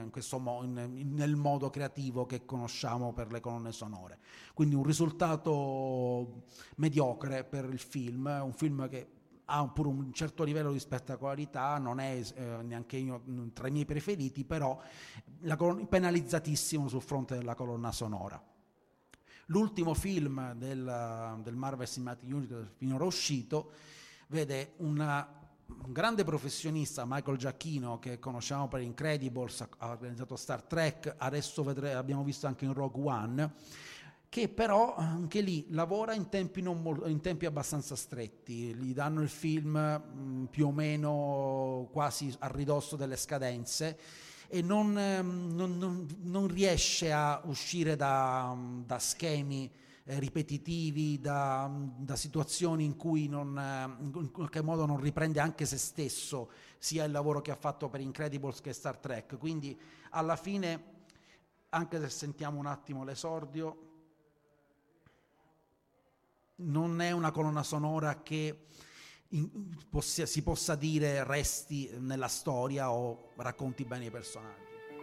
F: nel modo creativo che conosciamo per le colonne sonore, quindi un risultato mediocre per il film, un film che ha pure un certo livello di spettacolarità, non è neanche io tra i miei preferiti, però penalizzatissimo sul fronte della colonna sonora. L'ultimo film del Marvel Cinematic Universe finora uscito vede un grande professionista, Michael Giacchino, che conosciamo per Incredibles, ha organizzato Star Trek, adesso abbiamo visto anche in Rogue One, che però anche lì lavora in tempi abbastanza stretti, gli danno il film più o meno quasi a ridosso delle scadenze e non riesce a uscire da schemi ripetitivi, da situazioni in cui in qualche modo non riprende anche se stesso, sia il lavoro che ha fatto per Incredibles che Star Trek. Quindi alla fine, anche se sentiamo un attimo l'esordio, non è una colonna sonora che si possa dire resti nella storia o racconti bene i personaggi.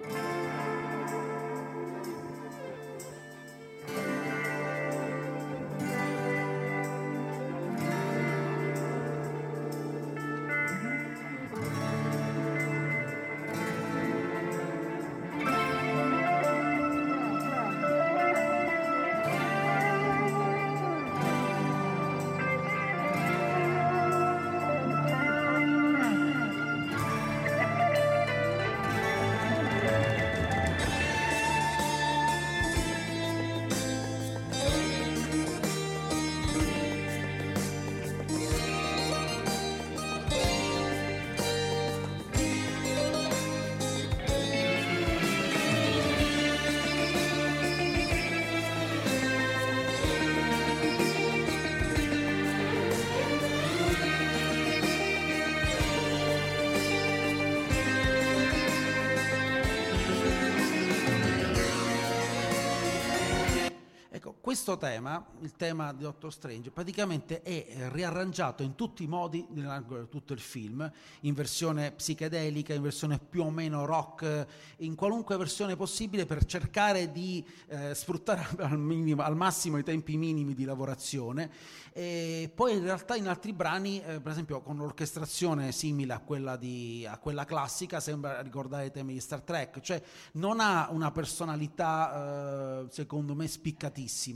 F: Questo tema, il tema di Doctor Strange, praticamente è riarrangiato in tutti i modi nell'arco di tutto il film, in versione psichedelica, in versione più o meno rock, in qualunque versione possibile per cercare di sfruttare al massimo i tempi minimi di lavorazione. E poi in realtà in altri brani, per esempio con l'orchestrazione simile a quella classica, sembra ricordare i temi di Star Trek, cioè non ha una personalità secondo me spiccatissima.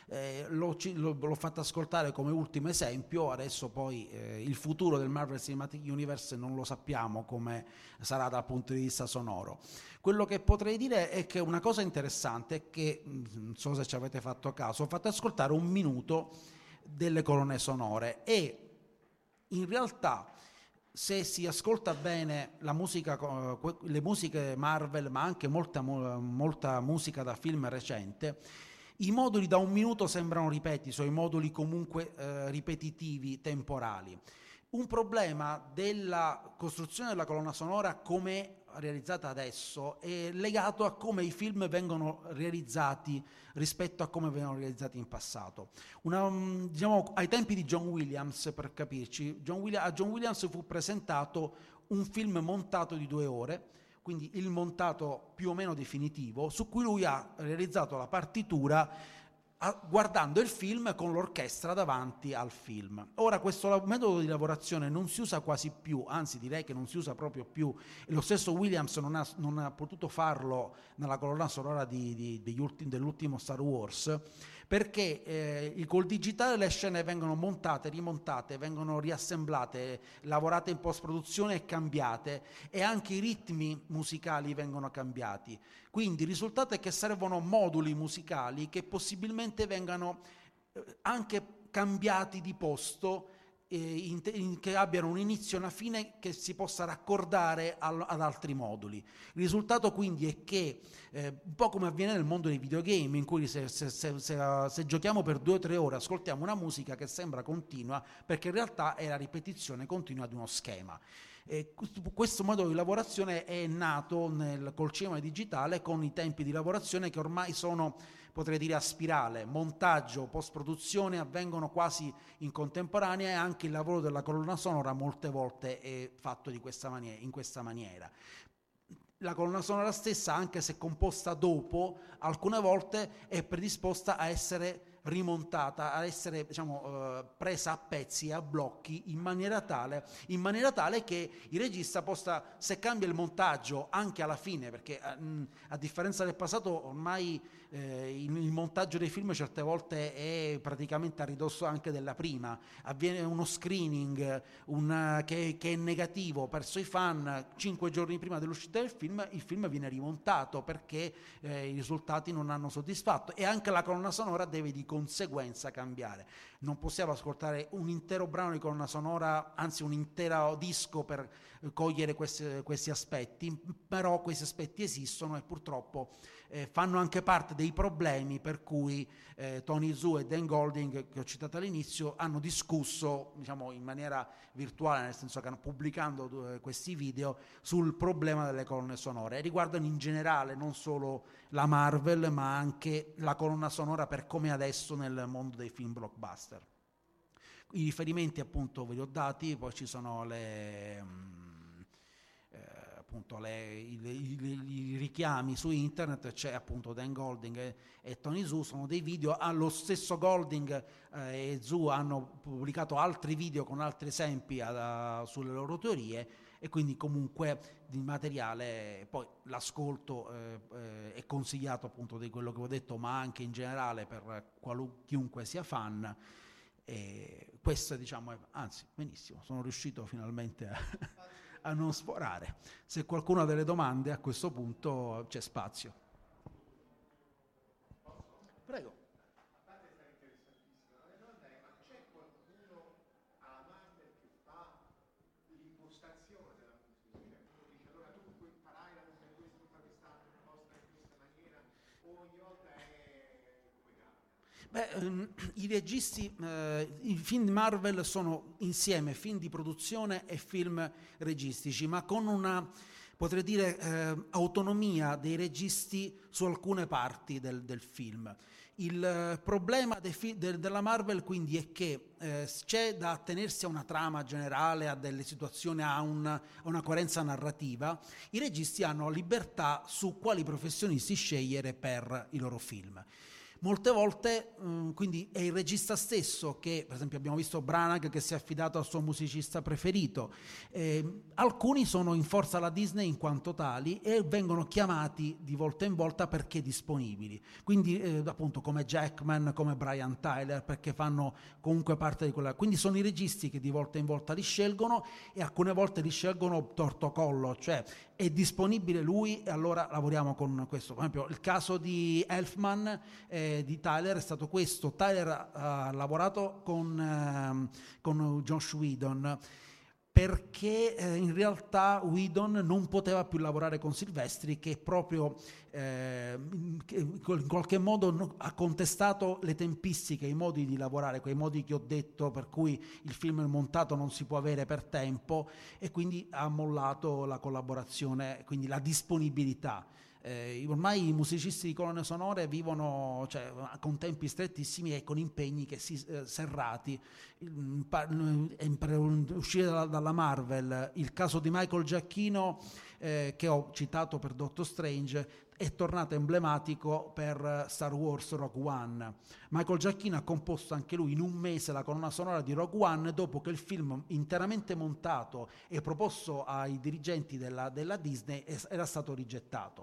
F: L'ho fatto ascoltare come ultimo esempio, adesso poi il futuro del Marvel Cinematic Universe non lo sappiamo come sarà dal punto di vista sonoro. Quello che potrei dire è che una cosa interessante è che, non so se ci avete fatto caso, ho fatto ascoltare un minuto delle colonne sonore e in realtà se si ascolta bene la musica, le musiche Marvel, ma anche molta musica da film recente, i moduli da un minuto sembrano ripeti, sono i moduli comunque ripetitivi, temporali. Un problema della costruzione della colonna sonora come realizzata adesso è legato a come i film vengono realizzati rispetto a come vengono realizzati in passato. Diciamo, ai tempi di John Williams, per capirci, a John Williams fu presentato un film montato di 2 ore, quindi il montato più o meno definitivo, su cui lui ha realizzato la partitura guardando il film con l'orchestra davanti al film. Ora questo metodo di lavorazione non si usa quasi più, anzi direi che non si usa proprio più, e lo stesso Williams non ha potuto farlo nella colonna sonora dell'ultimo Star Wars, perché col digitale le scene vengono montate, rimontate, vengono riassemblate, lavorate in post-produzione e cambiate, e anche i ritmi musicali vengono cambiati. Quindi il risultato è che servono moduli musicali che possibilmente vengano anche cambiati di posto, che abbiano un inizio e una fine che si possa raccordare ad altri moduli. Il risultato quindi è che, un po' come avviene nel mondo dei videogame, in cui se giochiamo per 2 o 3 ore ascoltiamo una musica che sembra continua, perché in realtà è la ripetizione continua di uno schema. Questo modo di lavorazione è nato col cinema digitale, con i tempi di lavorazione che ormai sono, potrei dire, a spirale. Montaggio, post-produzione avvengono quasi in contemporanea, e anche il lavoro della colonna sonora molte volte è fatto in questa maniera. La colonna sonora stessa, anche se composta dopo, alcune volte è predisposta a essere rimontata, a essere presa a pezzi e a blocchi in maniera tale che il regista possa, se cambia il montaggio anche alla fine, perché a differenza del passato ormai il montaggio dei film certe volte è praticamente a ridosso anche della prima, avviene uno screening che è negativo verso i fan 5 giorni prima dell'uscita del film, il film viene rimontato perché i risultati non hanno soddisfatto, e anche la colonna sonora deve di conseguenza cambiare. Non possiamo ascoltare un intero brano di colonna sonora, anzi un intero disco, per cogliere questi aspetti, però questi aspetti esistono e purtroppo fanno anche parte dei problemi per cui Tony Zhou e Dan Golding, che ho citato all'inizio, hanno discusso, in maniera virtuale, nel senso che pubblicando questi video, sul problema delle colonne sonore, e riguardano in generale non solo la Marvel ma anche la colonna sonora per come è adesso nel mondo dei film blockbuster. I riferimenti appunto ve li ho dati, poi ci sono i richiami su internet, c'è appunto Dan Golding e Tony Zhou, sono dei video. Lo stesso Golding e Zhou hanno pubblicato altri video con altri esempi sulle loro teorie, e quindi comunque di materiale, poi l'ascolto è consigliato appunto di quello che ho detto, ma anche in generale per chiunque sia fan. E questo anzi, benissimo, sono riuscito finalmente a non sforare. Se qualcuno ha delle domande, a questo punto c'è spazio. Prego.
G: A parte stare interessantissima, la domanda è: ma c'è qualcuno alla Marvel che fa l'impostazione della musica? Uno dice: allora tu farai la musica questa, tutta quest'altra, imposta in questa maniera, o ogni volta è come capita?
F: I registi, i film Marvel sono insieme film di produzione e film registici, ma con una, potrei dire, autonomia dei registi su alcune parti del film. Il problema della Marvel quindi è che c'è da attenersi a una trama generale, a delle situazioni, a una coerenza narrativa. I registi hanno libertà su quali professionisti scegliere per i loro film. Molte volte quindi è il regista stesso che, per esempio abbiamo visto Branagh che si è affidato al suo musicista preferito, alcuni sono in forza alla Disney in quanto tali e vengono chiamati di volta in volta perché disponibili, quindi appunto come Jackman, come Brian Tyler, perché fanno comunque parte di quella, quindi sono i registi che di volta in volta li scelgono, e alcune volte li scelgono tortocollo, cioè è disponibile lui e allora lavoriamo con questo. Per esempio il caso di Elfman di Tyler è stato questo. Tyler ha lavorato con Joss Whedon perché in realtà Whedon non poteva più lavorare con Silvestri, che proprio in qualche modo ha contestato le tempistiche, i modi di lavorare, quei modi che ho detto, per cui il film montato non si può avere per tempo, e quindi ha mollato la collaborazione, quindi la disponibilità. Ormai i musicisti di colonne sonore vivono, cioè, con tempi strettissimi e con impegni che serrati. Per uscire dalla Marvel, il caso di Michael Giacchino, che ho citato per Doctor Strange, è tornato emblematico per Star Wars Rogue One. Michael Giacchino ha composto anche lui in un mese la colonna sonora di Rogue One, dopo che il film interamente montato e proposto ai dirigenti della Disney era stato rigettato.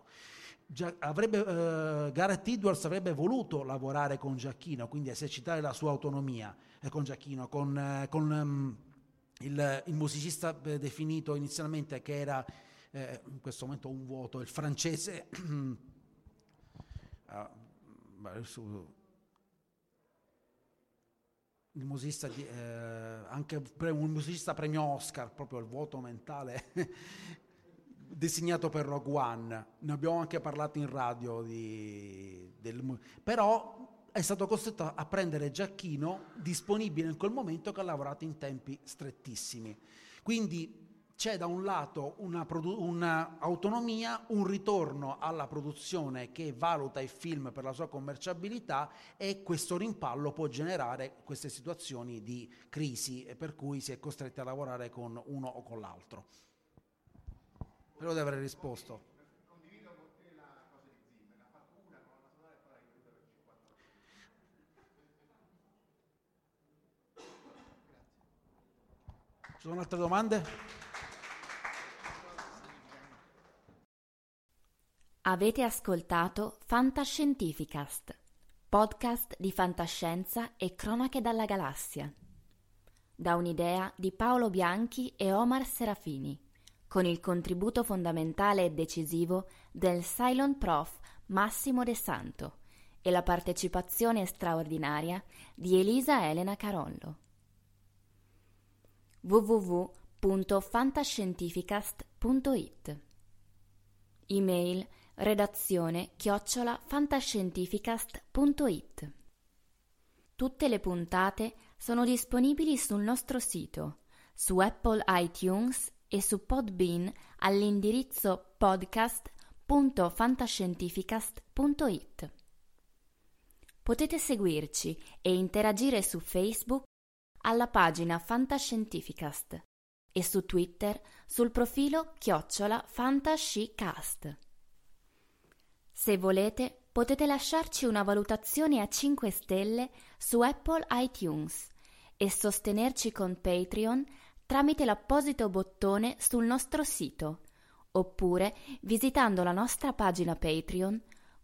F: Gareth Edwards avrebbe voluto lavorare con Giacchino, quindi esercitare la sua autonomia con Giacchino, con il musicista definito inizialmente, che era in questo momento un vuoto, il francese il musicista anche un musicista premio Oscar, proprio il vuoto mentale designato per Rogue One. Ne abbiamo anche parlato in radio però è stato costretto a prendere Giacchino, disponibile in quel momento, che ha lavorato in tempi strettissimi. Quindi c'è da un lato una autonomia, un ritorno alla produzione che valuta il film per la sua commerciabilità, e questo rimpallo può generare queste situazioni di crisi, per cui si è costretti a lavorare con uno o con l'altro. Spero di aver risposto.
G: Condivido con te la cosa di Zimmer, ha fatto una colonna sonora e poi l'ha ripetuta per 50 anni.
F: Ci sono altre domande?
E: Avete ascoltato Fantascientificast, podcast di fantascienza e cronache dalla galassia. Da un'idea di Paolo Bianchi e Omar Serafini, con il contributo fondamentale e decisivo del Cylon Prof Massimo De Santo e la partecipazione straordinaria di Elisa Elena Carollo. www.fantascientificast.it. Email redazione@fantascientificast.it. Tutte le puntate sono disponibili sul nostro sito, su Apple iTunes e su Podbean all'indirizzo podcast.fantascientificast.it. Potete seguirci e interagire su Facebook alla pagina Fantascientificast e su Twitter sul profilo @fantascicast. Se volete, potete lasciarci una valutazione a 5 stelle su Apple iTunes e sostenerci con Patreon tramite l'apposito bottone sul nostro sito, oppure visitando la nostra pagina Patreon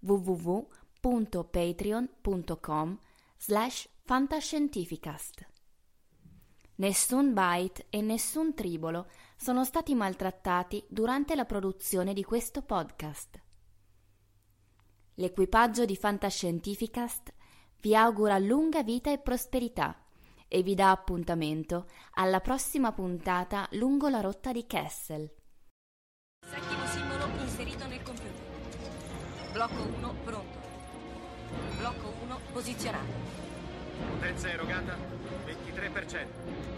E: www.patreon.com/fantascientificast. Nessun byte e nessun tribolo sono stati maltrattati durante la produzione di questo podcast. L'equipaggio di Fantascientificast vi augura lunga vita e prosperità e vi dà appuntamento alla prossima puntata lungo la rotta di Kessel.
H: Settimo simbolo inserito nel computer. Blocco 1 pronto. Blocco 1 posizionato.
I: Potenza erogata 23%.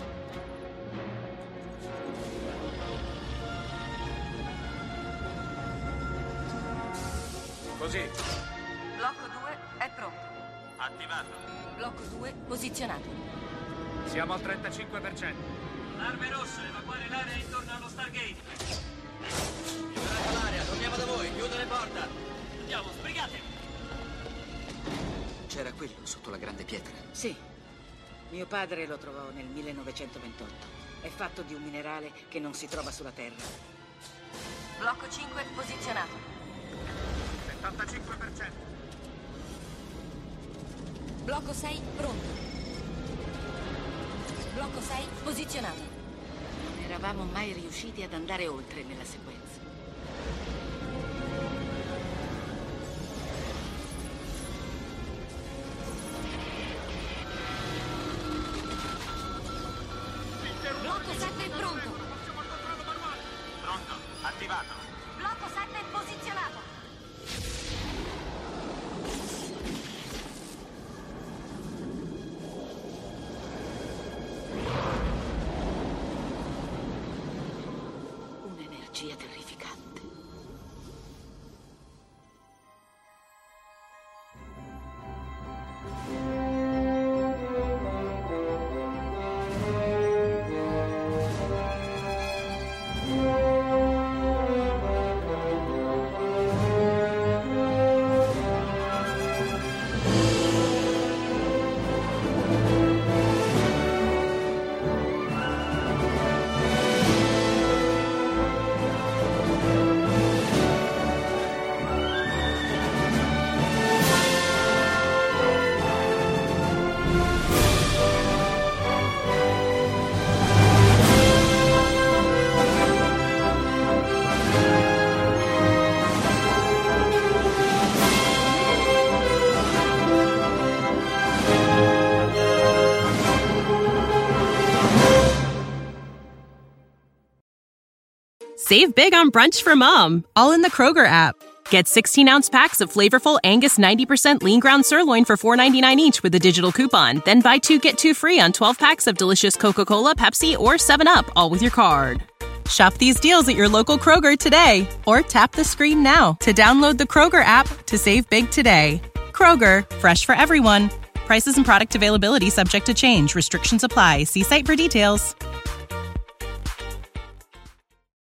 I: Così.
H: Blocco 2 è pronto.
I: Attivato.
H: Blocco 2 posizionato.
I: Siamo al 35%.
J: Arme rosse, evacuare l'area intorno allo Stargate.
K: Liberate l'area, torniamo da voi, chiudo le porte.
J: Andiamo, sbrigate.
K: C'era quello sotto la grande pietra.
L: Sì. Mio padre lo trovò nel 1928. È fatto di un minerale che non si trova sulla Terra.
H: Blocco 5 posizionato.
I: 75%.
H: Blocco 6 pronto. Blocco 6 posizionato.
L: Non eravamo mai riusciti ad andare oltre nella sequenza.
H: Blocco 7 pronto.
I: attivato.
H: Blocco 7 posizionato.
L: Un'energia terrificante.
M: Save big on brunch for mom, all in the Kroger app. Get 16-ounce packs of flavorful Angus 90% lean ground sirloin for $4.99 each with a digital coupon. Then buy 2, get 2 free on 12 packs of delicious Coca-Cola, Pepsi, or 7-Up, all with your card. Shop these deals at your local Kroger today, or tap the screen now to download the Kroger app to save big today. Kroger, fresh for everyone. Prices and product availability subject to change. Restrictions apply. See site for details.